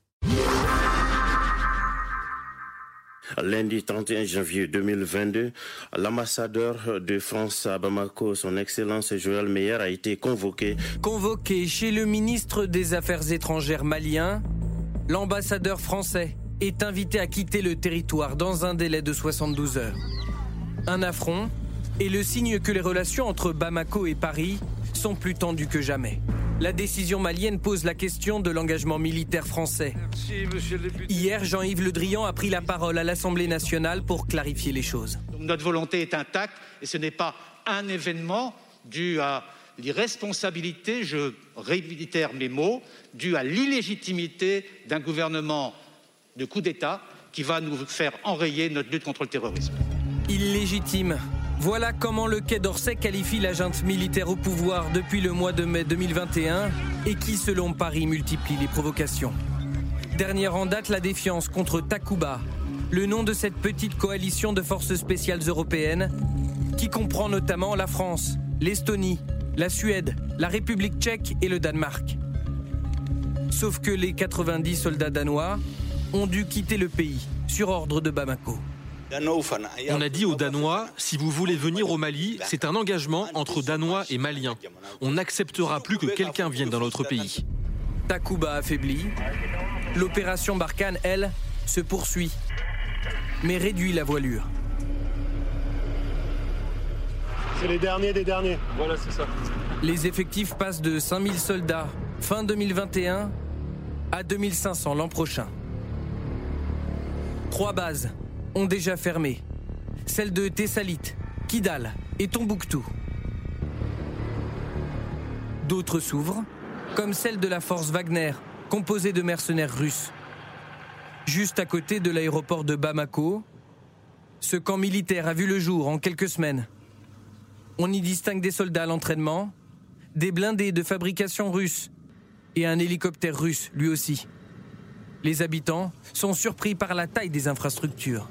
Lundi 31 janvier 2022, l'ambassadeur de France à Bamako, son Excellence Joël Meyer, a été convoqué. Convoqué chez le ministre des Affaires étrangères malien, l'ambassadeur français est invité à quitter le territoire dans un délai de 72 heures. Un affront est le signe que les relations entre Bamako et Paris sont plus tendues que jamais. La décision malienne pose la question de l'engagement militaire français. Merci, monsieur le député. Hier, Jean-Yves Le Drian a pris la parole à l'Assemblée nationale pour clarifier les choses. Notre volonté est intacte et ce n'est pas un événement dû à l'irresponsabilité, je réitère mes mots, due à l'illégitimité d'un gouvernement de coup d'État qui va nous faire enrayer notre lutte contre le terrorisme. Illégitime. Voilà comment le Quai d'Orsay qualifie la junte militaire au pouvoir depuis le mois de mai 2021 et qui, selon Paris, multiplie les provocations. Dernière en date, la défiance contre Takuba, le nom de cette petite coalition de forces spéciales européennes qui comprend notamment la France, l'Estonie, la Suède, la République tchèque et le Danemark. Sauf que les 90 soldats danois ont dû quitter le pays sur ordre de Bamako. On a dit aux Danois, si vous voulez venir au Mali, c'est un engagement entre Danois et Maliens. On n'acceptera plus que quelqu'un vienne dans notre pays. Takuba affaibli, l'opération Barkhane, elle, se poursuit, mais réduit la voilure. C'est les derniers des derniers. Voilà, c'est ça. Les effectifs passent de 5000 soldats fin 2021 à 2500 l'an prochain. 3 bases ont déjà fermé. Celles de Tessalit, Kidal et Tombouctou. D'autres s'ouvrent, comme celle de la force Wagner, composée de mercenaires russes. Juste à côté de l'aéroport de Bamako, ce camp militaire a vu le jour en quelques semaines. On y distingue des soldats à l'entraînement, des blindés de fabrication russe et un hélicoptère russe lui aussi. Les habitants sont surpris par la taille des infrastructures.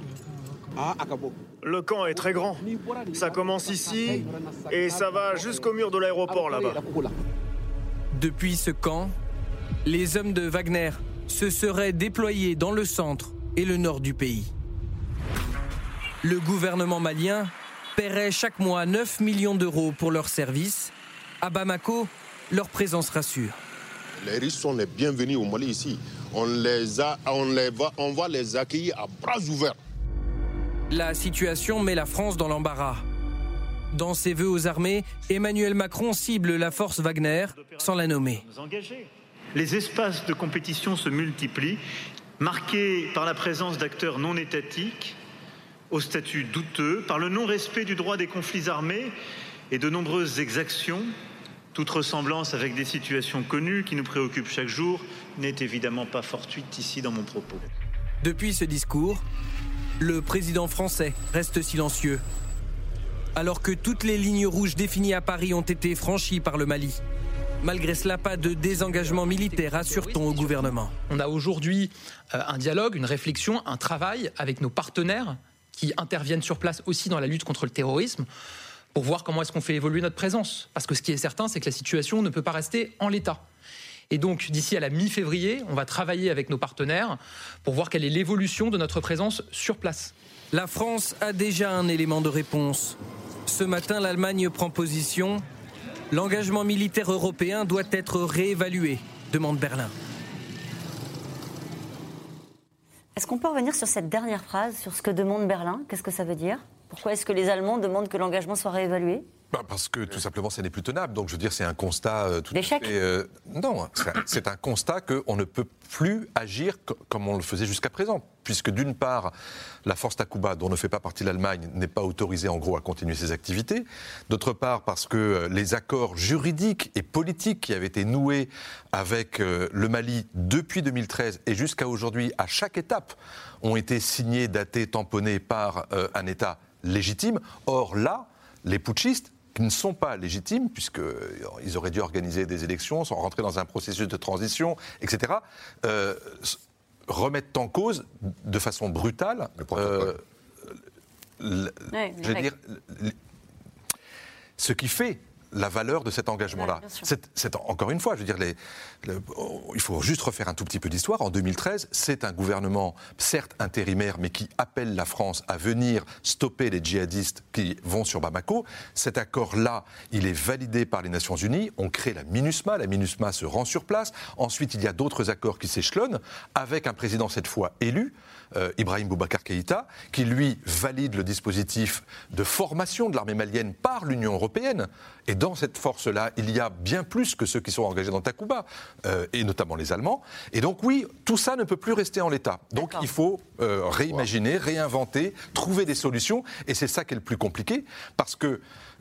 Le camp est très grand. Ça commence ici et ça va jusqu'au mur de l'aéroport là-bas. Depuis ce camp, les hommes de Wagner se seraient déployés dans le centre et le nord du pays. Le gouvernement malien paierait chaque mois 9 millions d'euros pour leur service. À Bamako, leur présence rassure. Les Russes sont les bienvenus au Mali ici. On va les accueillir à bras ouverts. La situation met la France dans l'embarras. Dans ses vœux aux armées, Emmanuel Macron cible la force Wagner sans la nommer. Les espaces de compétition se multiplient, marqués par la présence d'acteurs non étatiques, au statut douteux, par le non-respect du droit des conflits armés et de nombreuses exactions. Toute ressemblance avec des situations connues qui nous préoccupent chaque jour n'est évidemment pas fortuite ici dans mon propos. Depuis ce discours, le président français reste silencieux. Alors que toutes les lignes rouges définies à Paris ont été franchies par le Mali. Malgré cela, pas de désengagement militaire, assure-t-on au gouvernement. On a aujourd'hui un dialogue, une réflexion, un travail avec nos partenaires qui interviennent sur place aussi dans la lutte contre le terrorisme pour voir comment est-ce qu'on fait évoluer notre présence. Parce que ce qui est certain, c'est que la situation ne peut pas rester en l'état. Et donc, d'ici à la mi-février, on va travailler avec nos partenaires pour voir quelle est l'évolution de notre présence sur place. La France a déjà un élément de réponse. Ce matin, l'Allemagne prend position. L'engagement militaire européen doit être réévalué, demande Berlin. Est-ce qu'on peut revenir sur cette dernière phrase, sur ce que demande Berlin ? Qu'est-ce que ça veut dire ? Pourquoi est-ce que les Allemands demandent que l'engagement soit réévalué ? Parce que tout simplement, ça n'est plus tenable. Donc, je veux dire, c'est un constat tout d'échec. À fait... non, c'est un constat qu'on ne peut plus agir comme on le faisait jusqu'à présent. Puisque d'une part, la force Takuba, dont ne fait pas partie l'Allemagne, n'est pas autorisée en gros à continuer ses activités. D'autre part, parce que les accords juridiques et politiques qui avaient été noués avec le Mali depuis 2013 et jusqu'à aujourd'hui, à chaque étape, ont été signés, datés, tamponnés par un État légitime. Or là, les putschistes, qui ne sont pas légitimes, puisqu'ils auraient dû organiser des élections, sont rentrés dans un processus de transition, etc., remettent en cause de façon brutale ce qui fait la valeur de cet engagement-là. C'est encore une fois, je veux dire, il faut juste refaire un tout petit peu d'histoire. En 2013, c'est un gouvernement, certes intérimaire, mais qui appelle la France à venir stopper les djihadistes qui vont sur Bamako. Cet accord-là, il est validé par les Nations Unies. On crée la MINUSMA. La MINUSMA se rend sur place. Ensuite, il y a d'autres accords qui s'échelonnent, avec un président cette fois élu, Ibrahim Boubacar Keïta, qui lui valide le dispositif de formation de l'armée malienne par l'Union européenne. Et dans cette force-là, il y a bien plus que ceux qui sont engagés dans Takuba, et notamment les Allemands. Et donc oui, tout ça ne peut plus rester en l'état. Donc il faut réimaginer, réinventer, trouver des solutions. Et c'est ça qui est le plus compliqué, parce que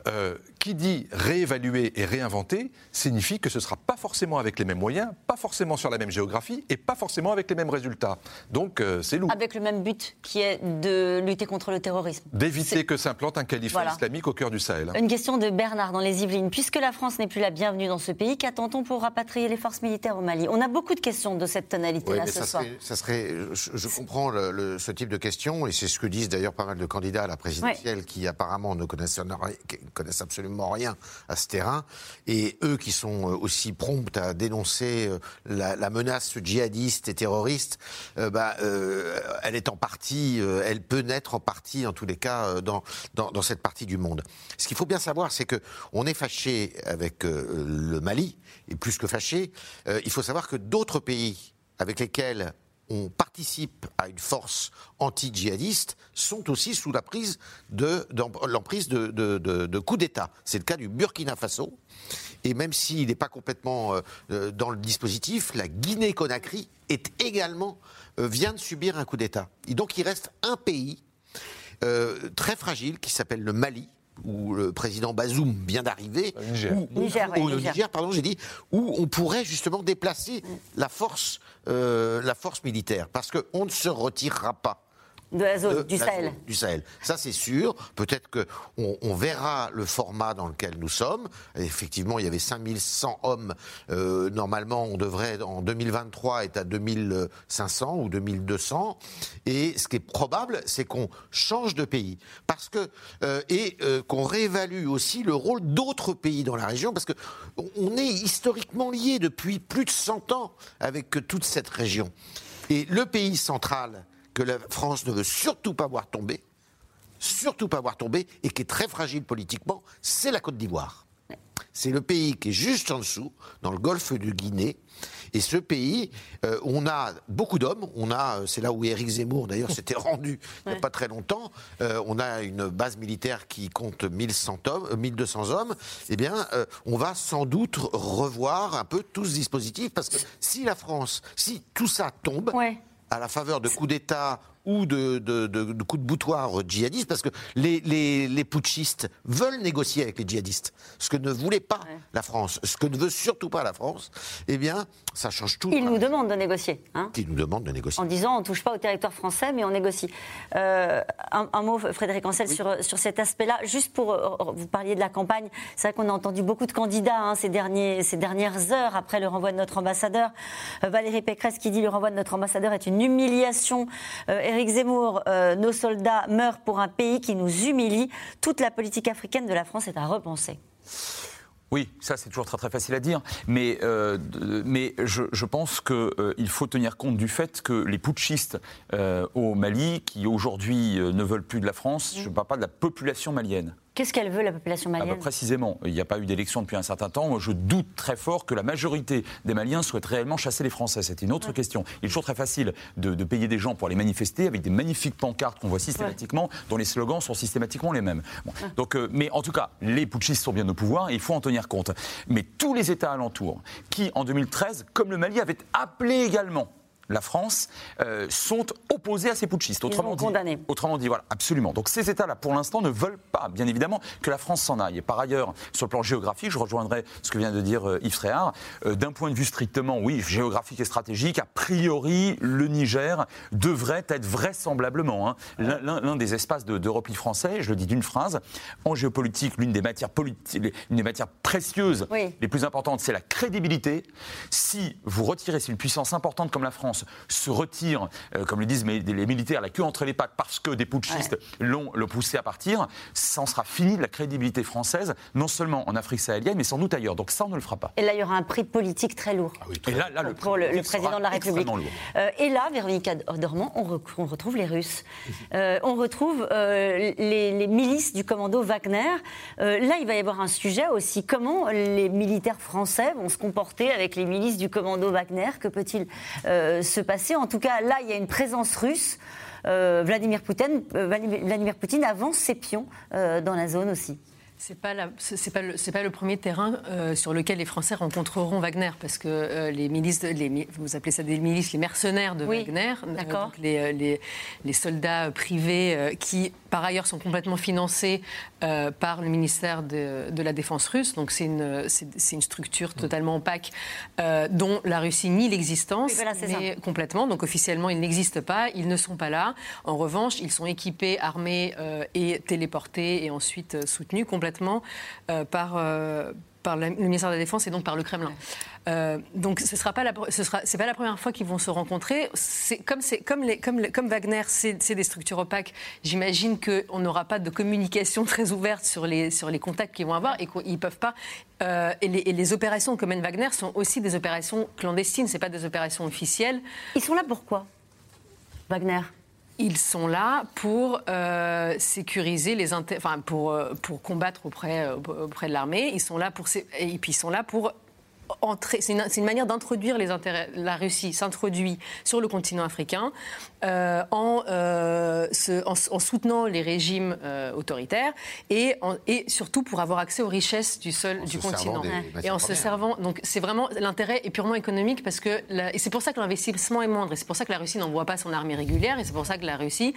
Qui dit réévaluer et réinventer signifie que ce ne sera pas forcément avec les mêmes moyens, pas forcément sur la même géographie et pas forcément avec les mêmes résultats. Donc c'est lourd. Avec le même but qui est de lutter contre le terrorisme. D'éviter que s'implante un califat islamique au cœur du Sahel. Une question de Bernard dans les Yvelines. Puisque la France n'est plus la bienvenue dans ce pays, qu'attend-on pour rapatrier les forces militaires au Mali? On a beaucoup de questions de cette tonalité-là ce soir. Je comprends ce type de questions et c'est ce que disent d'ailleurs pas mal de candidats à la présidentielle qui apparemment ne connaissent absolument rien à ce terrain, et eux qui sont aussi prompts à dénoncer la menace djihadiste et terroriste, elle est en partie, elle peut naître en partie, en tous les cas, dans cette partie du monde. Ce qu'il faut bien savoir, c'est qu'on est fâché avec le Mali, et plus que fâché, il faut savoir que d'autres pays avec lesquels on participe à une force anti-djihadiste sont aussi sous l'emprise de coups d'État. C'est le cas du Burkina Faso. Et même s'il n'est pas complètement dans le dispositif, la Guinée-Conakry vient de subir un coup d'État. Et donc il reste un pays très fragile qui s'appelle le Mali, où le président Bazoum vient d'arriver, où on pourrait justement déplacer la force militaire, parce qu'on ne se retirera pas de la zone du Sahel. Ça, c'est sûr. Peut-être qu'on verra le format dans lequel nous sommes. Effectivement, il y avait 5100 hommes. Normalement, on devrait, en 2023, être à 2500 ou 2200. Et ce qui est probable, c'est qu'on change de pays. Parce que, qu'on réévalue aussi le rôle d'autres pays dans la région. Parce qu'on est historiquement liés depuis plus de 100 ans avec toute cette région. Et le pays central que la France ne veut surtout pas voir tomber, et qui est très fragile politiquement, c'est la Côte d'Ivoire. C'est le pays qui est juste en dessous, dans le golfe de Guinée. Et ce pays, on a beaucoup d'hommes. C'est là où Éric Zemmour, d'ailleurs, s'était rendu il n'y a pas très longtemps. On a une base militaire qui compte 1200 hommes. Eh bien, on va sans doute revoir un peu tout ce dispositif. Parce que si tout ça tombe, à la faveur de coups d'État ou de coups de boutoir djihadistes, parce que les putschistes veulent négocier avec les djihadistes, ce que ne voulait pas la France, ce que ne veut surtout pas la France, eh bien, ça change tout. Ils nous demandent de négocier. Ils nous demandent de négocier. En disant, on ne touche pas au territoire français, mais on négocie. Un mot, Frédéric Ancel, sur cet aspect-là. Juste pour vous parliez de la campagne, c'est vrai qu'on a entendu beaucoup de candidats ces dernières heures après le renvoi de notre ambassadeur. Valérie Pécresse qui dit, le renvoi de notre ambassadeur est une humiliation. Éric Zemmour, nos soldats meurent pour un pays qui nous humilie. Toute la politique africaine de la France est à repenser. Oui, ça c'est toujours très très facile à dire, mais je pense qu'il faut tenir compte du fait que les putschistes au Mali, qui aujourd'hui ne veulent plus de la France, je ne parle pas de la population malienne. Qu'est-ce qu'elle veut, la population malienne ? Précisément, il n'y a pas eu d'élection depuis un certain temps. Moi, je doute très fort que la majorité des Maliens souhaitent réellement chasser les Français. C'est une autre question. Il est toujours très facile de payer des gens pour aller manifester avec des magnifiques pancartes qu'on voit systématiquement, dont les slogans sont systématiquement les mêmes. Donc, mais en tout cas, les putschistes sont bien au pouvoir et il faut en tenir compte. Mais tous les États alentours, qui en 2013, comme le Mali, avaient appelé également la France, sont opposés à ces putschistes. Autrement dit, voilà, absolument. Donc ces États-là, pour l'instant, ne veulent pas, bien évidemment, que la France s'en aille. Et par ailleurs, sur le plan géographique, je rejoindrai ce que vient de dire Yves Tréhard, d'un point de vue strictement, géographique et stratégique, a priori, le Niger devrait être vraisemblablement l'un des espaces de repli français, je le dis d'une phrase. En géopolitique, l'une des matières précieuses les plus importantes, c'est la crédibilité. Si vous retirez, si une puissance importante comme la France se retire, comme le disent les militaires, la queue entre les pattes parce que des putschistes l'ont poussé à partir, ça en sera fini de la crédibilité française, non seulement en Afrique sahélienne, mais sans doute ailleurs. Donc ça, on ne le fera pas. Et là, il y aura un prix politique très lourd pour le président de la République. Et là, Véronique Dormand, on retrouve les Russes. On retrouve les milices du commando Wagner. Là, il va y avoir un sujet aussi. Comment les militaires français vont se comporter avec les milices du commando Wagner ? Que peut-il se passer. En tout cas, là, il y a une présence russe. Vladimir Poutine avance ses pions dans la zone aussi. C'est pas le premier terrain sur lequel les Français rencontreront Wagner, parce que les milices, vous appelez ça des milices, les mercenaires de Wagner, donc les soldats privés qui, par ailleurs, sont complètement financés par le ministère de la Défense russe. Donc c'est une structure totalement opaque dont la Russie nie l'existence, mais complètement. Donc officiellement, ils n'existent pas, ils ne sont pas là. En revanche, ils sont équipés, armés et téléportés et ensuite soutenus complètement par le ministère de la Défense et donc par le Kremlin. Donc c'est pas la première fois qu'ils vont se rencontrer. Comme Wagner, c'est des structures opaques. J'imagine qu'on n'aura pas de communication très ouverte sur les contacts qu'ils vont avoir et qu'ils peuvent pas. Et les opérations que mène Wagner sont aussi des opérations clandestines. C'est pas des opérations officielles. Ils sont là pourquoi, Wagner ? Ils sont là pour sécuriser pour combattre auprès de l'armée. Ils sont là et puis ils sont là pour entrer. C'est une manière d'introduire les intérêts. La Russie s'introduit sur le continent africain en soutenant les régimes autoritaires et surtout pour avoir accès aux richesses du continent. Et en se servant. Donc c'est vraiment l'intérêt est purement économique parce que et c'est pour ça que l'investissement est moindre et c'est pour ça que la Russie n'envoie pas son armée régulière et c'est pour ça que la Russie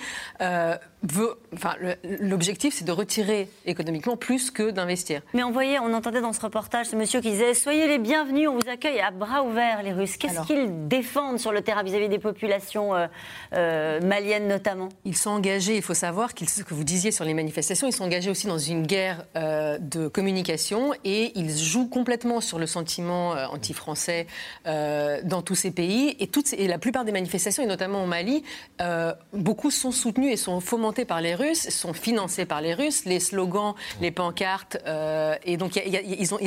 l'objectif c'est de retirer économiquement plus que d'investir. Mais on entendait dans ce reportage ce monsieur qui disait soyez les bienvenus, on vous accueille à bras ouverts les Russes. Qu'est-ce qu'ils défendent sur le terrain vis-à-vis des populations maliennes notamment? Ils sont engagés, il faut savoir, ce que vous disiez sur les manifestations, ils sont engagés aussi dans une guerre de communication et ils jouent complètement sur le sentiment anti-français dans tous ces pays et la plupart des manifestations, et notamment au Mali, beaucoup sont soutenus et sont fomentés par les Russes, sont financés par les Russes, les slogans, les pancartes, et donc il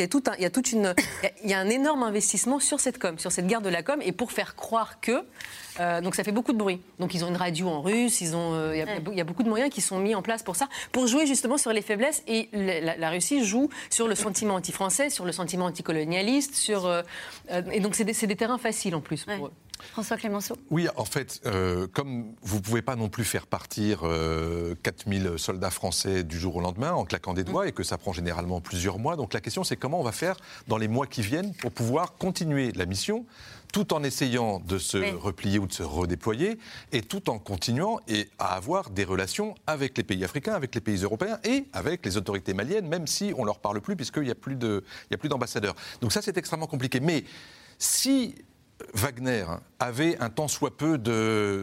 y a un énorme investissement sur cette com, sur cette guerre de la com, et pour faire croire que donc ça fait beaucoup de bruit. Donc ils ont une radio en russe, il y a beaucoup de moyens qui sont mis en place pour ça, pour jouer justement sur les faiblesses. Et la Russie joue sur le sentiment anti-français, sur le sentiment anticolonialiste, et donc c'est des terrains faciles en plus pour eux. François Clémenceau. Oui, en fait, comme vous ne pouvez pas non plus faire partir 4000 soldats français du jour au lendemain en claquant des doigts et que ça prend généralement plusieurs mois, donc la question c'est comment on va faire dans les mois qui viennent pour pouvoir continuer la mission tout en essayant de se replier ou de se redéployer et tout en continuant à avoir des relations avec les pays africains, avec les pays européens et avec les autorités maliennes, même si on ne leur parle plus puisqu'il n'y a plus d'ambassadeurs. Donc ça c'est extrêmement compliqué. Mais si Wagner avait un tant soit peu de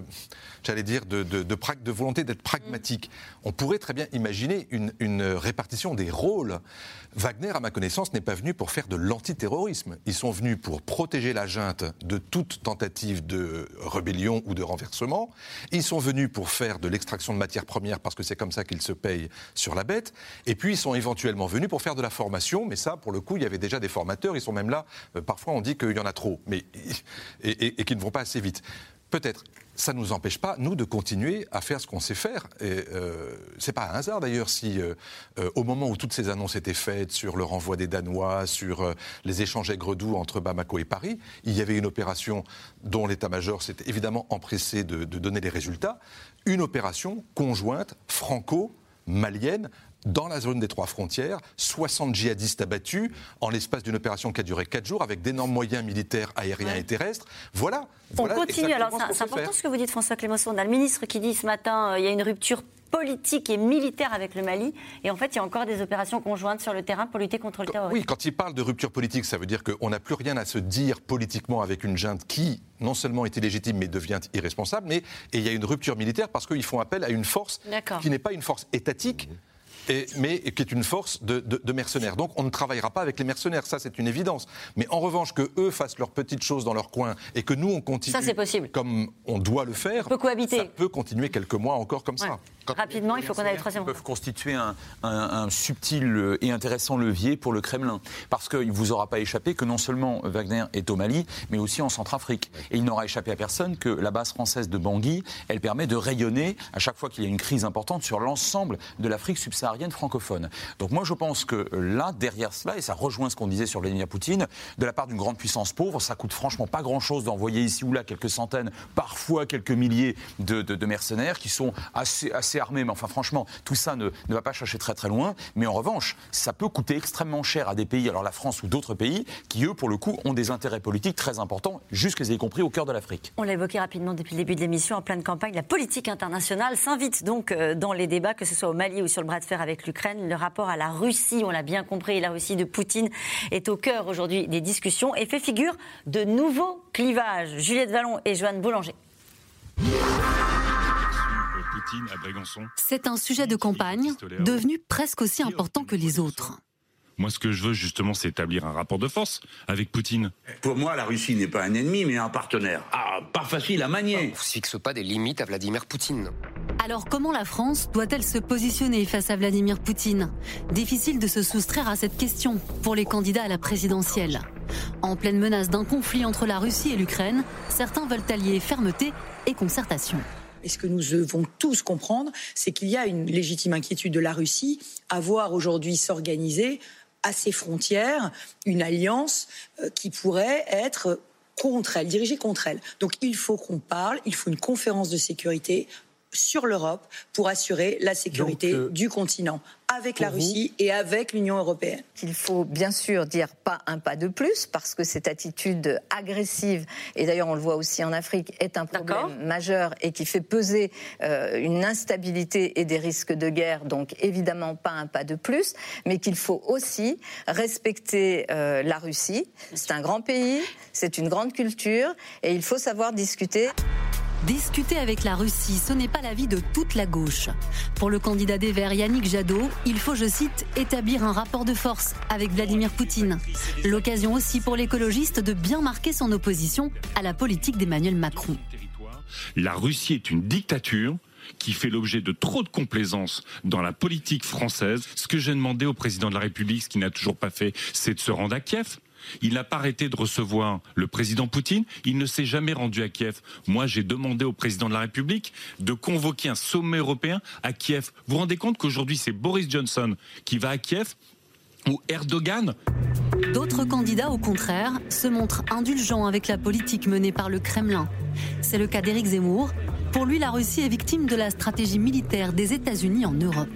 volonté d'être pragmatique, on pourrait très bien imaginer une répartition des rôles. Wagner, à ma connaissance, n'est pas venu pour faire de l'antiterrorisme. Ils sont venus pour protéger la junte de toute tentative de rébellion ou de renversement. Ils sont venus pour faire de l'extraction de matières premières parce que c'est comme ça qu'ils se payent sur la bête. Et puis ils sont éventuellement venus pour faire de la formation. Mais ça, pour le coup, il y avait déjà des formateurs. Ils sont même là. Parfois, on dit qu'il y en a trop. Et qui ne vont pas assez vite. Peut-être. Ça ne nous empêche pas, nous, de continuer à faire ce qu'on sait faire. Et c'est pas un hasard, d'ailleurs, si au moment où toutes ces annonces étaient faites sur le renvoi des Danois, sur les échanges aigre-doux entre Bamako et Paris, il y avait une opération dont l'état-major s'est évidemment empressé de donner les résultats, une opération conjointe franco-malienne dans la zone des 3 frontières, 60 djihadistes abattus en l'espace d'une opération qui a duré 4 jours avec d'énormes moyens militaires aériens et terrestres. Voilà. On continue. Alors c'est important ce que vous dites, François Clémenceau. On a le ministre qui dit ce matin il y a une rupture politique et militaire avec le Mali. Et en fait, il y a encore des opérations conjointes sur le terrain pour lutter contre le terrorisme. Oui, quand il parle de rupture politique, ça veut dire qu'on n'a plus rien à se dire politiquement avec une junte qui, non seulement est illégitime, mais devient irresponsable. Et il y a une rupture militaire parce qu'ils font appel à une force qui n'est pas une force étatique, mais qui est une force de mercenaires. Donc on ne travaillera pas avec les mercenaires, ça c'est une évidence. Mais en revanche, que eux fassent leurs petites choses dans leur coin et que nous on continue ça, c'est possible. Comme on doit le faire, peut cohabiter. Ça peut continuer quelques mois encore comme ça. Rapidement, il faut qu'on aille au troisième. Ils peuvent constituer un subtil et intéressant levier pour le Kremlin. Parce qu'il ne vous aura pas échappé que non seulement Wagner est au Mali, mais aussi en Centrafrique. Et il n'aura échappé à personne que la base française de Bangui, elle permet de rayonner à chaque fois qu'il y a une crise importante sur l'ensemble de l'Afrique subsaharienne. subsaharienne francophone. Donc moi, je pense que là, derrière cela, et ça rejoint ce qu'on disait sur Vladimir Poutine, de la part d'une grande puissance pauvre, ça coûte franchement pas grand-chose d'envoyer ici ou là quelques centaines, parfois quelques milliers de mercenaires qui sont assez armés. Mais enfin, franchement, tout ça ne va pas chercher très très loin. Mais en revanche, ça peut coûter extrêmement cher à des pays, alors la France ou d'autres pays, qui eux, pour le coup, ont des intérêts politiques très importants, y compris au cœur de l'Afrique. On l'a évoqué rapidement depuis le début de l'émission, en pleine campagne, la politique internationale s'invite donc dans les débats, que ce soit au Mali ou sur le bras de fer avec l'Ukraine. Le rapport à la Russie, on l'a bien compris, la Russie de Poutine est au cœur aujourd'hui des discussions et fait figure de nouveaux clivages. Juliette Vallon et Joanne Boulanger. C'est un sujet de campagne devenu presque aussi important que les autres. Moi, ce que je veux, justement, c'est établir un rapport de force avec Poutine. Pour moi, la Russie n'est pas un ennemi, mais un partenaire. Ah, pas facile à manier. On ne fixe pas des limites à Vladimir Poutine. Alors, comment la France doit-elle se positionner face à Vladimir Poutine ? Difficile de se soustraire à cette question pour les candidats à la présidentielle. En pleine menace d'un conflit entre la Russie et l'Ukraine, certains veulent allier fermeté et concertation. Et ce que nous devons tous comprendre, c'est qu'il y a une légitime inquiétude de la Russie à voir aujourd'hui s'organiser à ses frontières une alliance qui pourrait être contre elle, dirigée contre elle. Donc il faut qu'on parle, il faut une conférence de sécurité sur l'Europe pour assurer la sécurité du continent, avec la Russie et avec l'Union européenne. Il faut bien sûr dire pas un pas de plus, parce que cette attitude agressive, et d'ailleurs on le voit aussi en Afrique, est un problème majeur et qui fait peser une instabilité et des risques de guerre, donc évidemment pas un pas de plus, mais qu'il faut aussi respecter la Russie. C'est un grand pays, c'est une grande culture, et il faut savoir discuter. Discuter avec la Russie, ce n'est pas l'avis de toute la gauche. Pour le candidat des Verts, Yannick Jadot, il faut, je cite, établir un rapport de force avec Vladimir Poutine. L'occasion aussi pour l'écologiste de bien marquer son opposition à la politique d'Emmanuel Macron. La Russie est une dictature qui fait l'objet de trop de complaisance dans la politique française. Ce que j'ai demandé au président de la République, ce qu'il n'a toujours pas fait, c'est de se rendre à Kiev. Il n'a pas arrêté de recevoir le président Poutine. Il ne s'est jamais rendu à Kiev. Moi, j'ai demandé au président de la République de convoquer un sommet européen à Kiev. Vous vous rendez compte qu'aujourd'hui, c'est Boris Johnson qui va à Kiev ou Erdogan ? D'autres candidats, au contraire, se montrent indulgents avec la politique menée par le Kremlin. C'est le cas d'Éric Zemmour. Pour lui, la Russie est victime de la stratégie militaire des États-Unis en Europe.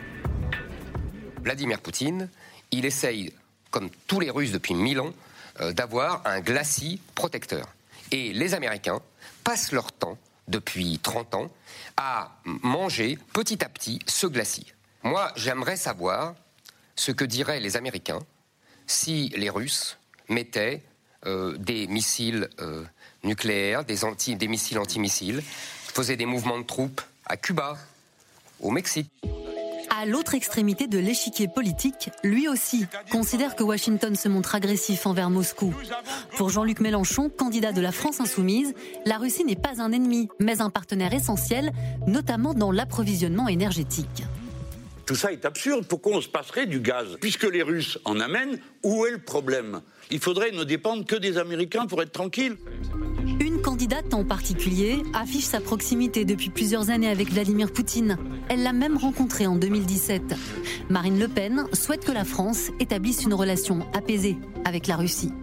Vladimir Poutine, il essaye, comme tous les Russes depuis 1000 ans, d'avoir un glacis protecteur. Et les Américains passent leur temps, depuis 30 ans, à manger petit à petit ce glacis. Moi, j'aimerais savoir ce que diraient les Américains si les Russes mettaient des missiles nucléaires, des missiles antimissiles, faisaient des mouvements de troupes à Cuba, au Mexique. À l'autre extrémité de l'échiquier politique, lui aussi considère que Washington se montre agressif envers Moscou. Pour Jean-Luc Mélenchon, candidat de la France Insoumise, la Russie n'est pas un ennemi, mais un partenaire essentiel, notamment dans l'approvisionnement énergétique. Tout ça est absurde. Pourquoi on se passerait du gaz ? Puisque les Russes en amènent, où est le problème ? Il faudrait ne dépendre que des Américains pour être tranquille. Une candidate en particulier affiche sa proximité depuis plusieurs années avec Vladimir Poutine. Elle l'a même rencontré en 2017. Marine Le Pen souhaite que la France établisse une relation apaisée avec la Russie.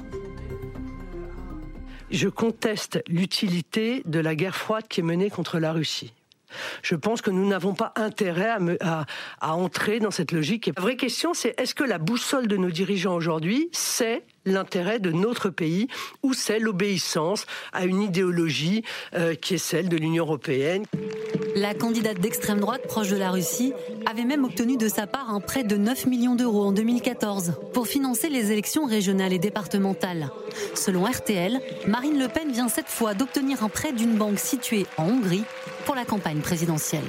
Je conteste l'utilité de la guerre froide qui est menée contre la Russie. Je pense que nous n'avons pas intérêt à entrer dans cette logique. Et la vraie question, c'est est-ce que la boussole de nos dirigeants aujourd'hui, c'est l'intérêt de notre pays ou c'est l'obéissance à une idéologie qui est celle de l'Union européenne ? La candidate d'extrême droite proche de la Russie avait même obtenu de sa part un prêt de 9 millions d'euros en 2014 pour financer les élections régionales et départementales. Selon RTL, Marine Le Pen vient cette fois d'obtenir un prêt d'une banque située en Hongrie pour la campagne présidentielle.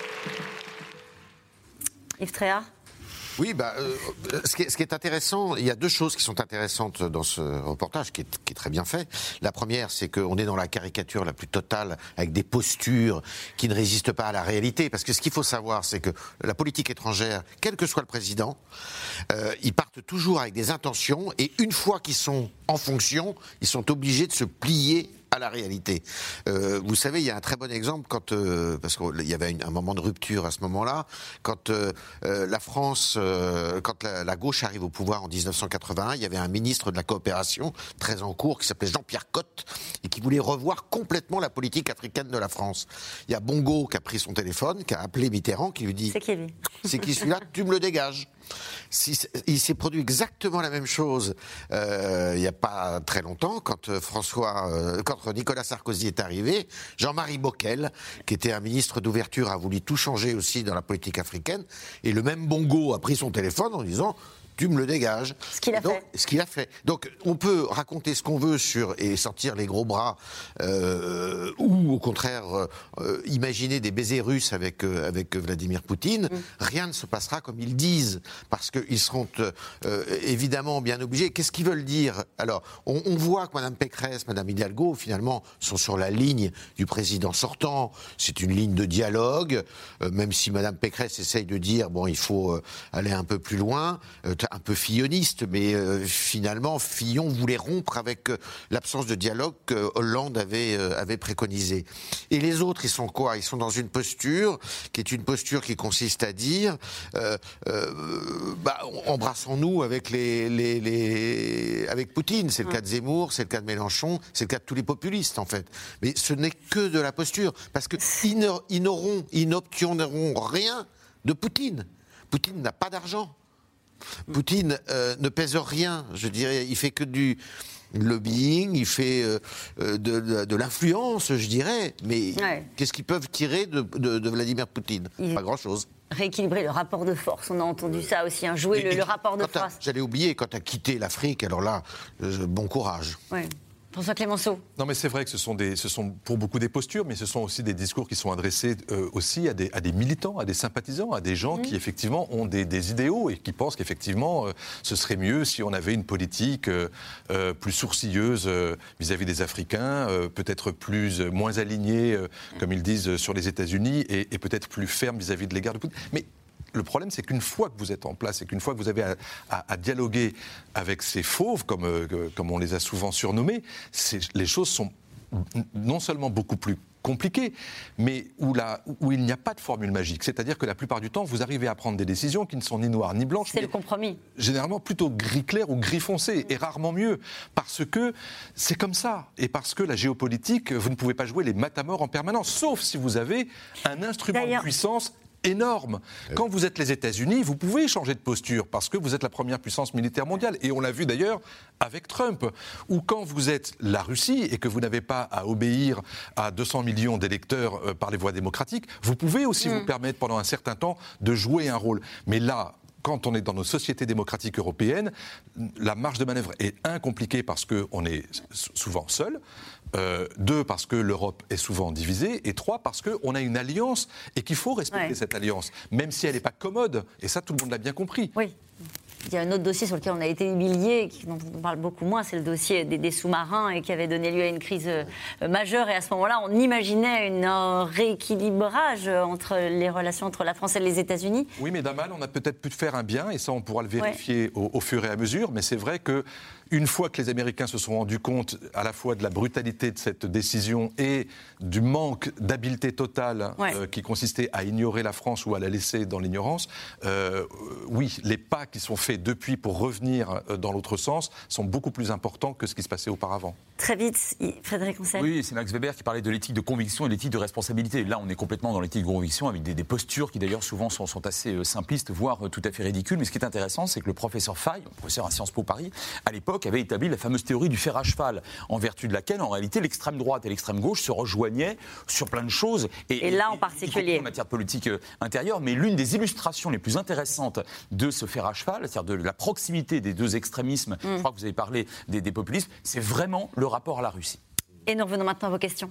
Yves Tréhard ? Oui, ce qui est intéressant, il y a deux choses qui sont intéressantes dans ce reportage, qui est très bien fait. La première, c'est qu'on est dans la caricature la plus totale, avec des postures qui ne résistent pas à la réalité. Parce que ce qu'il faut savoir, c'est que la politique étrangère, quel que soit le président, ils partent toujours avec des intentions, et une fois qu'ils sont en fonction, ils sont obligés de se plier à la réalité. Vous savez, il y a un très bon exemple parce qu'il y avait un moment de rupture à ce moment-là, quand la France, quand la gauche arrive au pouvoir en 1981, il y avait un ministre de la coopération très en cours qui s'appelait Jean-Pierre Cotte et qui voulait revoir complètement la politique africaine de la France. Il y a Bongo qui a pris son téléphone, qui a appelé Mitterrand, qui lui dit « C'est qui celui-là ? Tu me le dégages !» Il s'est produit exactement la même chose il n'y a pas très longtemps quand Nicolas Sarkozy est arrivé. Jean-Marie Bockel, qui était un ministre d'ouverture, a voulu tout changer aussi dans la politique africaine, et le même Bongo a pris son téléphone en disant tu me le dégages. Ce qu'il a fait. Donc, on peut raconter ce qu'on veut et sortir les gros bras, ou au contraire, imaginer des baisers russes avec Vladimir Poutine. Rien ne se passera comme ils disent, parce qu'ils seront évidemment bien obligés. Qu'est-ce qu'ils veulent dire ? Alors, on voit que Mme Pécresse, Mme Hidalgo, finalement, sont sur la ligne du président sortant. C'est une ligne de dialogue, même si Mme Pécresse essaye de dire, bon, il faut aller un peu plus loin, un peu filloniste, mais finalement, Fillon voulait rompre avec l'absence de dialogue que Hollande avait préconisé. Et les autres, ils sont quoi ? Ils sont dans une posture qui est une posture qui consiste à dire embrassons-nous avec avec Poutine. C'est le cas de Zemmour, c'est le cas de Mélenchon, c'est le cas de tous les populistes, en fait. Mais ce n'est que de la posture, parce qu'ils n'obtiendront rien de Poutine. Poutine n'a pas d'argent. Poutine ne pèse rien, je dirais. Il fait que du lobbying, il fait de l'influence, je dirais. Mais qu'est-ce qu'ils peuvent tirer de Vladimir Poutine ? Pas grand-chose. Rééquilibrer le rapport de force, on a entendu ça aussi, jouer le rapport de force. J'allais oublier, quand tu as quitté l'Afrique, alors là, bon courage. Ouais. François Clémenceau. Non, mais c'est vrai que ce sont pour beaucoup des postures, mais ce sont aussi des discours qui sont adressés aussi à des militants, à des sympathisants, à des gens qui effectivement ont des idéaux et qui pensent qu'effectivement ce serait mieux si on avait une politique plus sourcilleuse vis-à-vis des Africains, peut-être moins alignée, comme ils disent, sur les États-Unis et peut-être plus ferme vis-à-vis de l'égard de Poutine. Mais le problème, c'est qu'une fois que vous êtes en place et qu'une fois que vous avez à dialoguer avec ces fauves, comme on les a souvent surnommés, les choses sont non seulement beaucoup plus compliquées, mais où il n'y a pas de formule magique. C'est-à-dire que la plupart du temps, vous arrivez à prendre des décisions qui ne sont ni noires ni blanches. C'est le compromis. Généralement plutôt gris clair ou gris foncé, et rarement mieux. Parce que c'est comme ça. Et parce que la géopolitique, vous ne pouvez pas jouer les matamores en permanence, sauf si vous avez un instrument de puissance énorme. Quand vous êtes les États-Unis, vous pouvez changer de posture parce que vous êtes la première puissance militaire mondiale. Et on l'a vu d'ailleurs avec Trump. Ou quand vous êtes la Russie et que vous n'avez pas à obéir à 200 millions d'électeurs par les voies démocratiques, vous pouvez aussi vous permettre pendant un certain temps de jouer un rôle. Mais là, quand on est dans nos sociétés démocratiques européennes, la marge de manœuvre est compliquée parce qu'on est souvent seul. 2, parce que l'Europe est souvent divisée, et 3, parce qu'on a une alliance et qu'il faut respecter cette alliance, même si elle n'est pas commode. Et ça, tout le monde l'a bien compris. Oui. Il y a un autre dossier sur lequel on a été humilié, dont on parle beaucoup moins, c'est le dossier des sous-marins et qui avait donné lieu à une crise majeure. Et à ce moment-là, on imaginait un rééquilibrage entre les relations entre la France et les États-Unis. Oui, mais d'un mal, on a peut-être pu faire un bien, et ça, on pourra le vérifier au fur et à mesure. Mais c'est vrai que une fois que les Américains se sont rendus compte à la fois de la brutalité de cette décision et du manque d'habileté totale qui consistait à ignorer la France ou à la laisser dans l'ignorance, oui, les pas qui sont faits depuis pour revenir dans l'autre sens sont beaucoup plus importants que ce qui se passait auparavant. Très vite, Frédéric Roussel. Oui, c'est Max Weber qui parlait de l'éthique de conviction et l'éthique de responsabilité. Là, on est complètement dans l'éthique de conviction avec des postures qui d'ailleurs souvent sont assez simplistes, voire tout à fait ridicules. Mais ce qui est intéressant, c'est que le professeur Faye, professeur à Sciences Po Paris, à l'époque avait établi la fameuse théorie du fer à cheval, en vertu de laquelle, en réalité, l'extrême droite et l'extrême gauche se rejoignaient sur plein de choses. Et là, en particulier. En matière de politique intérieure, mais l'une des illustrations les plus intéressantes de ce fer à cheval, c'est-à-dire de la proximité des deux extrémismes, je crois que vous avez parlé des populismes, c'est vraiment le rapport à la Russie. Et nous revenons maintenant à vos questions.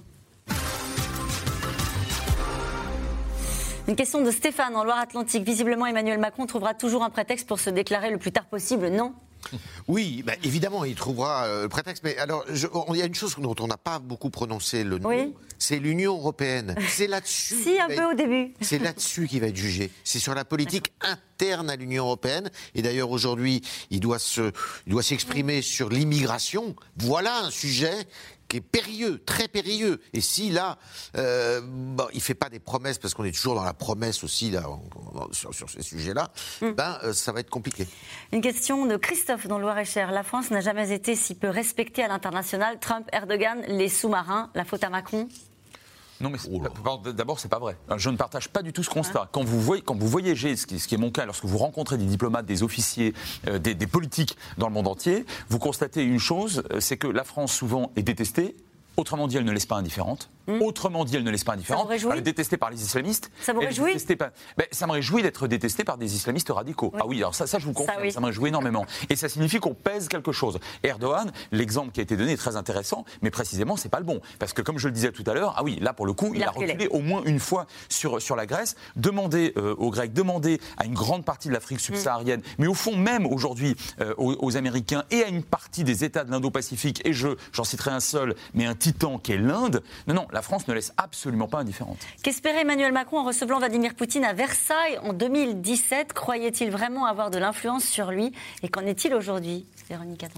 Une question de Stéphane en Loire-Atlantique. Visiblement, Emmanuel Macron trouvera toujours un prétexte pour se déclarer le plus tard possible, non ? Oui, évidemment, il trouvera le prétexte. Mais alors, il y a une chose dont on n'a pas beaucoup prononcé le nom, c'est l'Union européenne. C'est là-dessus. Si, un peu au début. C'est là-dessus qu'il va être jugé. C'est sur la politique interne à l'Union européenne. Et d'ailleurs, aujourd'hui, il doit s'exprimer sur l'immigration. Voilà un sujet qui est périlleux, très périlleux. Et si là, il ne fait pas des promesses, parce qu'on est toujours dans la promesse aussi là, sur ces sujets-là, ça va être compliqué. Une question de Christophe dans le Loir-et-Cher. La France n'a jamais été si peu respectée à l'international. Trump, Erdogan, les sous-marins, la faute à Macron ? Non, mais d'abord, c'est pas vrai. Je ne partage pas du tout ce constat. Quand vous voyagez, ce qui est mon cas, lorsque vous rencontrez des diplomates, des officiers, des politiques dans le monde entier, vous constatez une chose, c'est que la France souvent est détestée. Autrement dit, elle ne laisse pas indifférente. Autrement dit, elle ne laisse pas indifférente. Elle est détestée par les islamistes. Ça vous réjouit ? Ça me réjouit d'être détestée par des islamistes radicaux. Oui. Ah oui, alors ça je vous confirme, ça me réjouit énormément. Et ça signifie qu'on pèse quelque chose. Erdogan, l'exemple qui a été donné est très intéressant, mais précisément, c'est pas le bon. Parce que comme je le disais tout à l'heure, là pour le coup, il a reculé au moins une fois sur la Grèce. Demandez aux Grecs, demandez à une grande partie de l'Afrique subsaharienne, mais au fond même aujourd'hui aux Américains et à une partie des États de l'Indo-Pacifique, et j'en citerai un seul, mais un titan qui est l'Inde. Non, la France ne laisse absolument pas indifférente. Qu'espérait Emmanuel Macron en recevant Vladimir Poutine à Versailles en 2017 ? Croyait-il vraiment avoir de l'influence sur lui ? Et qu'en est-il aujourd'hui, Véronique Atormand ?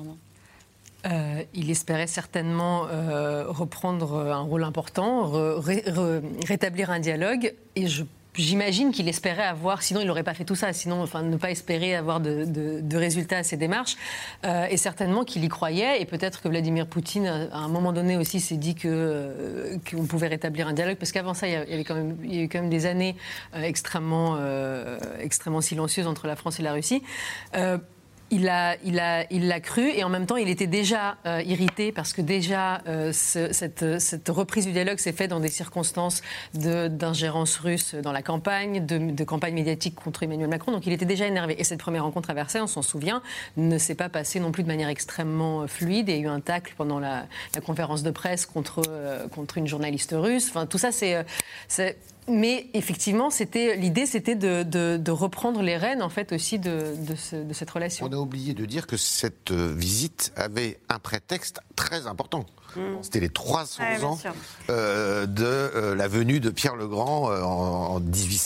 Il espérait certainement reprendre un rôle important, rétablir un dialogue, et j'imagine qu'il espérait avoir, sinon il n'aurait pas fait tout ça, ne pas espérer avoir de résultats à ses démarches, et certainement qu'il y croyait, et peut-être que Vladimir Poutine, à un moment donné aussi, s'est dit qu'on pouvait rétablir un dialogue, parce qu'avant ça, il y a eu quand même des années extrêmement silencieuses entre la France et la Russie. Il l'a cru, et en même temps il était déjà irrité parce que déjà cette reprise du dialogue s'est faite dans des circonstances d'ingérence russe dans la campagne, de campagne médiatique contre Emmanuel Macron, donc il était déjà énervé. Et cette première rencontre à Versailles, on s'en souvient, ne s'est pas passée non plus de manière extrêmement fluide. Il y a eu un tacle pendant la conférence de presse contre une journaliste russe. Enfin, tout ça, mais effectivement, l'idée, c'était de reprendre les rênes, en fait, aussi de cette relation. On a oublié de dire que cette visite avait un prétexte très important. C'était les 300 ans de la venue de Pierre le Grand en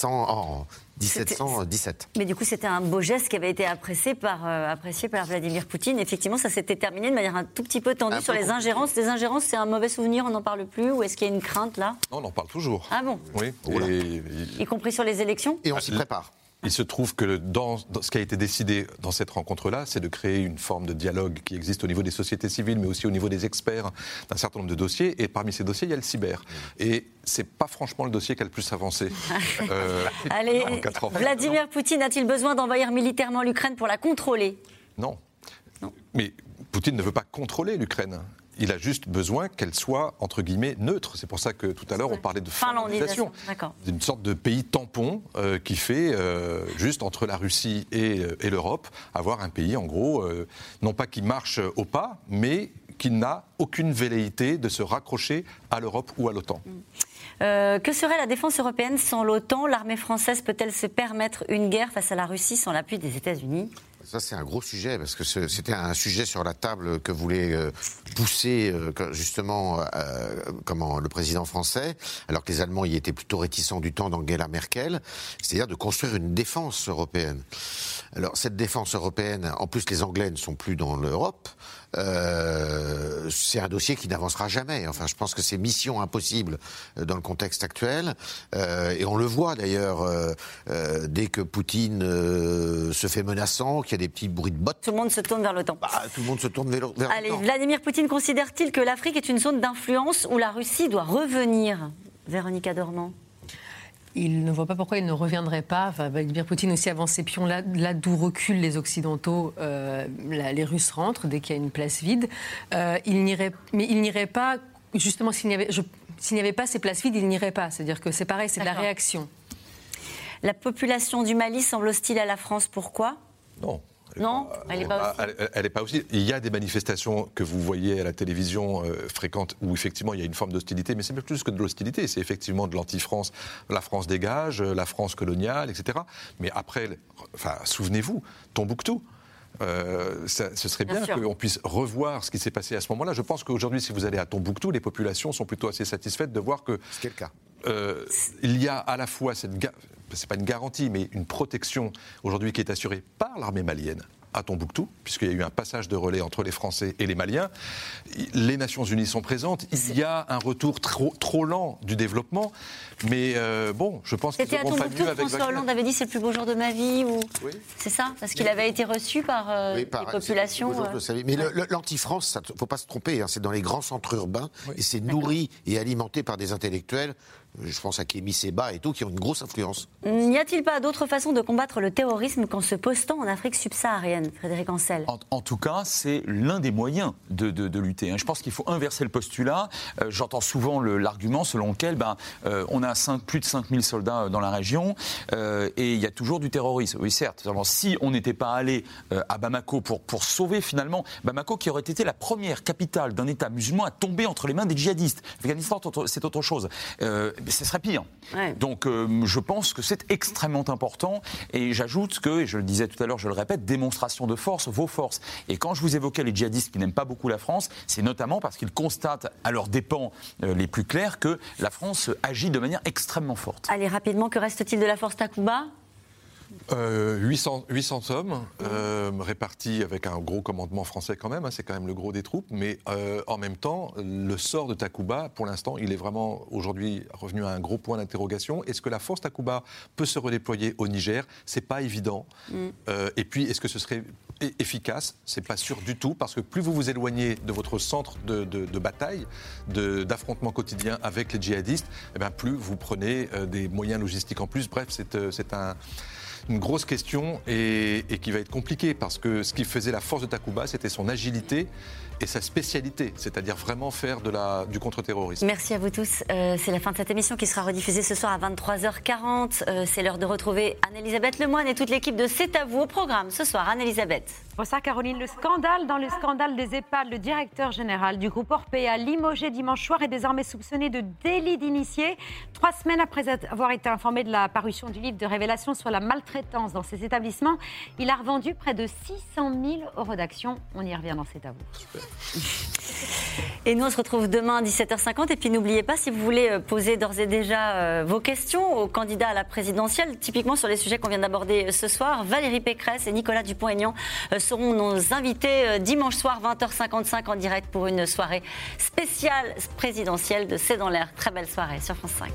1717. Mais du coup, c'était un beau geste qui avait été apprécié par Vladimir Poutine. Effectivement, ça s'était terminé de manière un tout petit peu tendue sur les ingérences. Les ingérences, c'est un mauvais souvenir, on n'en parle plus, ou est-ce qu'il y a une crainte là ? Non, on en parle toujours. Ah bon ? Oui. Y compris sur les élections ? Et on s'y prépare. Il se trouve que dans ce qui a été décidé dans cette rencontre-là, c'est de créer une forme de dialogue qui existe au niveau des sociétés civiles, mais aussi au niveau des experts d'un certain nombre de dossiers. Et parmi ces dossiers, il y a le cyber. Et c'est pas franchement le dossier qui a le plus avancé. Allez, Vladimir Poutine a-t-il besoin d'envahir militairement l'Ukraine pour la contrôler ? Non. Mais Poutine ne veut pas contrôler l'Ukraine. Il a juste besoin qu'elle soit, entre guillemets, neutre. C'est pour ça que tout à l'heure, on parlait de finlandisation. D'une sorte de pays tampon qui fait, juste entre la Russie et l'Europe, avoir un pays, en gros, non pas qui marche au pas, mais qui n'a aucune velléité de se raccrocher à l'Europe ou à l'OTAN. Que serait la défense européenne sans l'OTAN ? L'armée française peut-elle se permettre une guerre face à la Russie sans l'appui des États-Unis ? Ça, c'est un gros sujet, parce que c'était un sujet sur la table que voulait pousser justement le président français, alors que les Allemands y étaient plutôt réticents du temps d'Angela Merkel, c'est-à-dire de construire une défense européenne. Alors, cette défense européenne, en plus, les Anglais ne sont plus dans l'Europe. C'est un dossier qui n'avancera jamais. Enfin, je pense que c'est mission impossible dans le contexte actuel. Et on le voit d'ailleurs dès que Poutine se fait menaçant, qu'il y a des petits bruits de bottes. Tout le monde se tourne vers l'OTAN. Tout le monde se tourne vers l'OTAN. Allez, Vladimir Poutine considère-t-il que l'Afrique est une zone d'influence où la Russie doit revenir ? Véronique Atormand. Il ne voit pas pourquoi il ne reviendrait pas. Vladimir Poutine aussi avance ses pions là d'où reculent les Occidentaux. Les Russes rentrent dès qu'il y a une place vide. Il n'irait pas, justement, s'il n'y avait pas ces places vides, il n'irait pas. C'est-à-dire que c'est pareil, c'est de la réaction. La population du Mali semble hostile à la France. Pourquoi ? Non. Elle n'est pas aussi. Elle n'est pas aussi. Il y a des manifestations que vous voyez à la télévision fréquentes où effectivement il y a une forme d'hostilité, mais c'est même plus que de l'hostilité, c'est effectivement de l'anti-France. La France dégage, la France coloniale, etc. Mais après, souvenez-vous, Tombouctou. Ce serait bien qu'on puisse revoir ce qui s'est passé à ce moment-là. Je pense qu'aujourd'hui, si vous allez à Tombouctou, les populations sont plutôt assez satisfaites de voir que... C'est le cas. Il y a à la fois c'est pas une garantie, mais une protection aujourd'hui qui est assurée par l'armée malienne, à Tombouctou, puisqu'il y a eu un passage de relais entre les Français et les Maliens. Les Nations Unies sont présentes. Il y a un retour trop lent du développement. Mais bon, je pense qu'ils auront fait mieux avec François Hollande avait dit c'est le plus beau jour de ma vie. Ou... Oui. C'est ça, parce qu'il avait été reçu par les populations. Mais l'anti-France, il ne faut pas se tromper, hein, c'est dans les grands centres urbains et c'est nourri et alimenté par des intellectuels. Je pense à Kémy Séba et tout, qui ont une grosse influence. N'y a-t-il pas d'autre façon de combattre le terrorisme qu'en se postant en Afrique subsaharienne, Frédéric Ancel ? En tout cas, c'est l'un des moyens de lutter. Je pense qu'il faut inverser le postulat. J'entends souvent l'argument selon lequel on a plus de 5000 soldats dans la région et il y a toujours du terrorisme. Oui, certes. Si on n'était pas allé à Bamako pour sauver finalement Bamako, qui aurait été la première capitale d'un État musulman à tomber entre les mains des djihadistes. L'Afghanistan, c'est autre chose. Ce serait pire. Ouais. Donc je pense que c'est extrêmement important et j'ajoute que, et je le disais tout à l'heure, je le répète, démonstration de force, vos forces. Et quand je vous évoquais les djihadistes qui n'aiment pas beaucoup la France, c'est notamment parce qu'ils constatent à leurs dépens les plus clairs que la France agit de manière extrêmement forte. Allez, rapidement, que reste-t-il de la force Takuba ? 800 hommes répartis avec un gros commandement français quand même, c'est quand même le gros des troupes, mais en même temps, le sort de Takuba, pour l'instant, il est vraiment aujourd'hui revenu à un gros point d'interrogation. Est-ce que la force Takuba peut se redéployer au Niger ? C'est pas évident. Et puis, est-ce que ce serait efficace ? C'est pas sûr du tout, parce que plus vous vous éloignez de votre centre de bataille, d'affrontement quotidien avec les djihadistes, plus vous prenez des moyens logistiques en plus. Bref, c'est une grosse question et qui va être compliquée, parce que ce qui faisait la force de Takuba, c'était son agilité et sa spécialité, c'est-à-dire vraiment faire du contre-terrorisme. Merci à vous tous. C'est la fin de cette émission qui sera rediffusée ce soir à 23h40. C'est l'heure de retrouver Anne-Elisabeth Lemoine et toute l'équipe de C'est à vous au programme. Ce soir, Anne-Elisabeth. Bonsoir Caroline. Le scandale des EHPAD, le directeur général du groupe Orpea, limogé dimanche soir, est désormais soupçonné de délit d'initié. 3 semaines après avoir été informé de la parution du livre de révélation sur la maltraitance dans ces établissements, il a revendu près de 600 000 redactions. On y revient dans C'est à vous. Super. Et nous, on se retrouve demain à 17h50. Et puis, n'oubliez pas, si vous voulez poser d'ores et déjà vos questions aux candidats à la présidentielle, typiquement sur les sujets qu'on vient d'aborder ce soir, Valérie Pécresse et Nicolas Dupont-Aignan seront nos invités dimanche soir, 20h55, en direct pour une soirée spéciale présidentielle de C'est dans l'air. Très belle soirée sur France 5.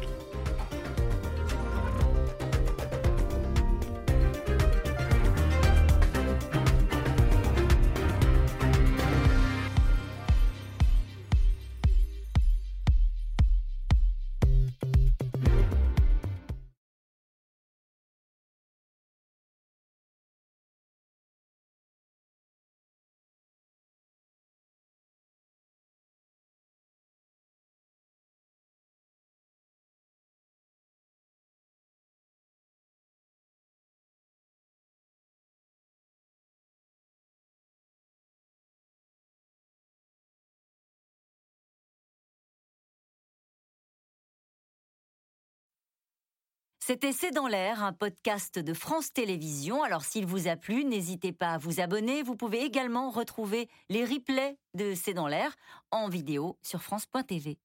C'était C'est dans l'air, un podcast de France Télévisions. Alors s'il vous a plu, n'hésitez pas à vous abonner. Vous pouvez également retrouver les replays de C'est dans l'air en vidéo sur France.tv.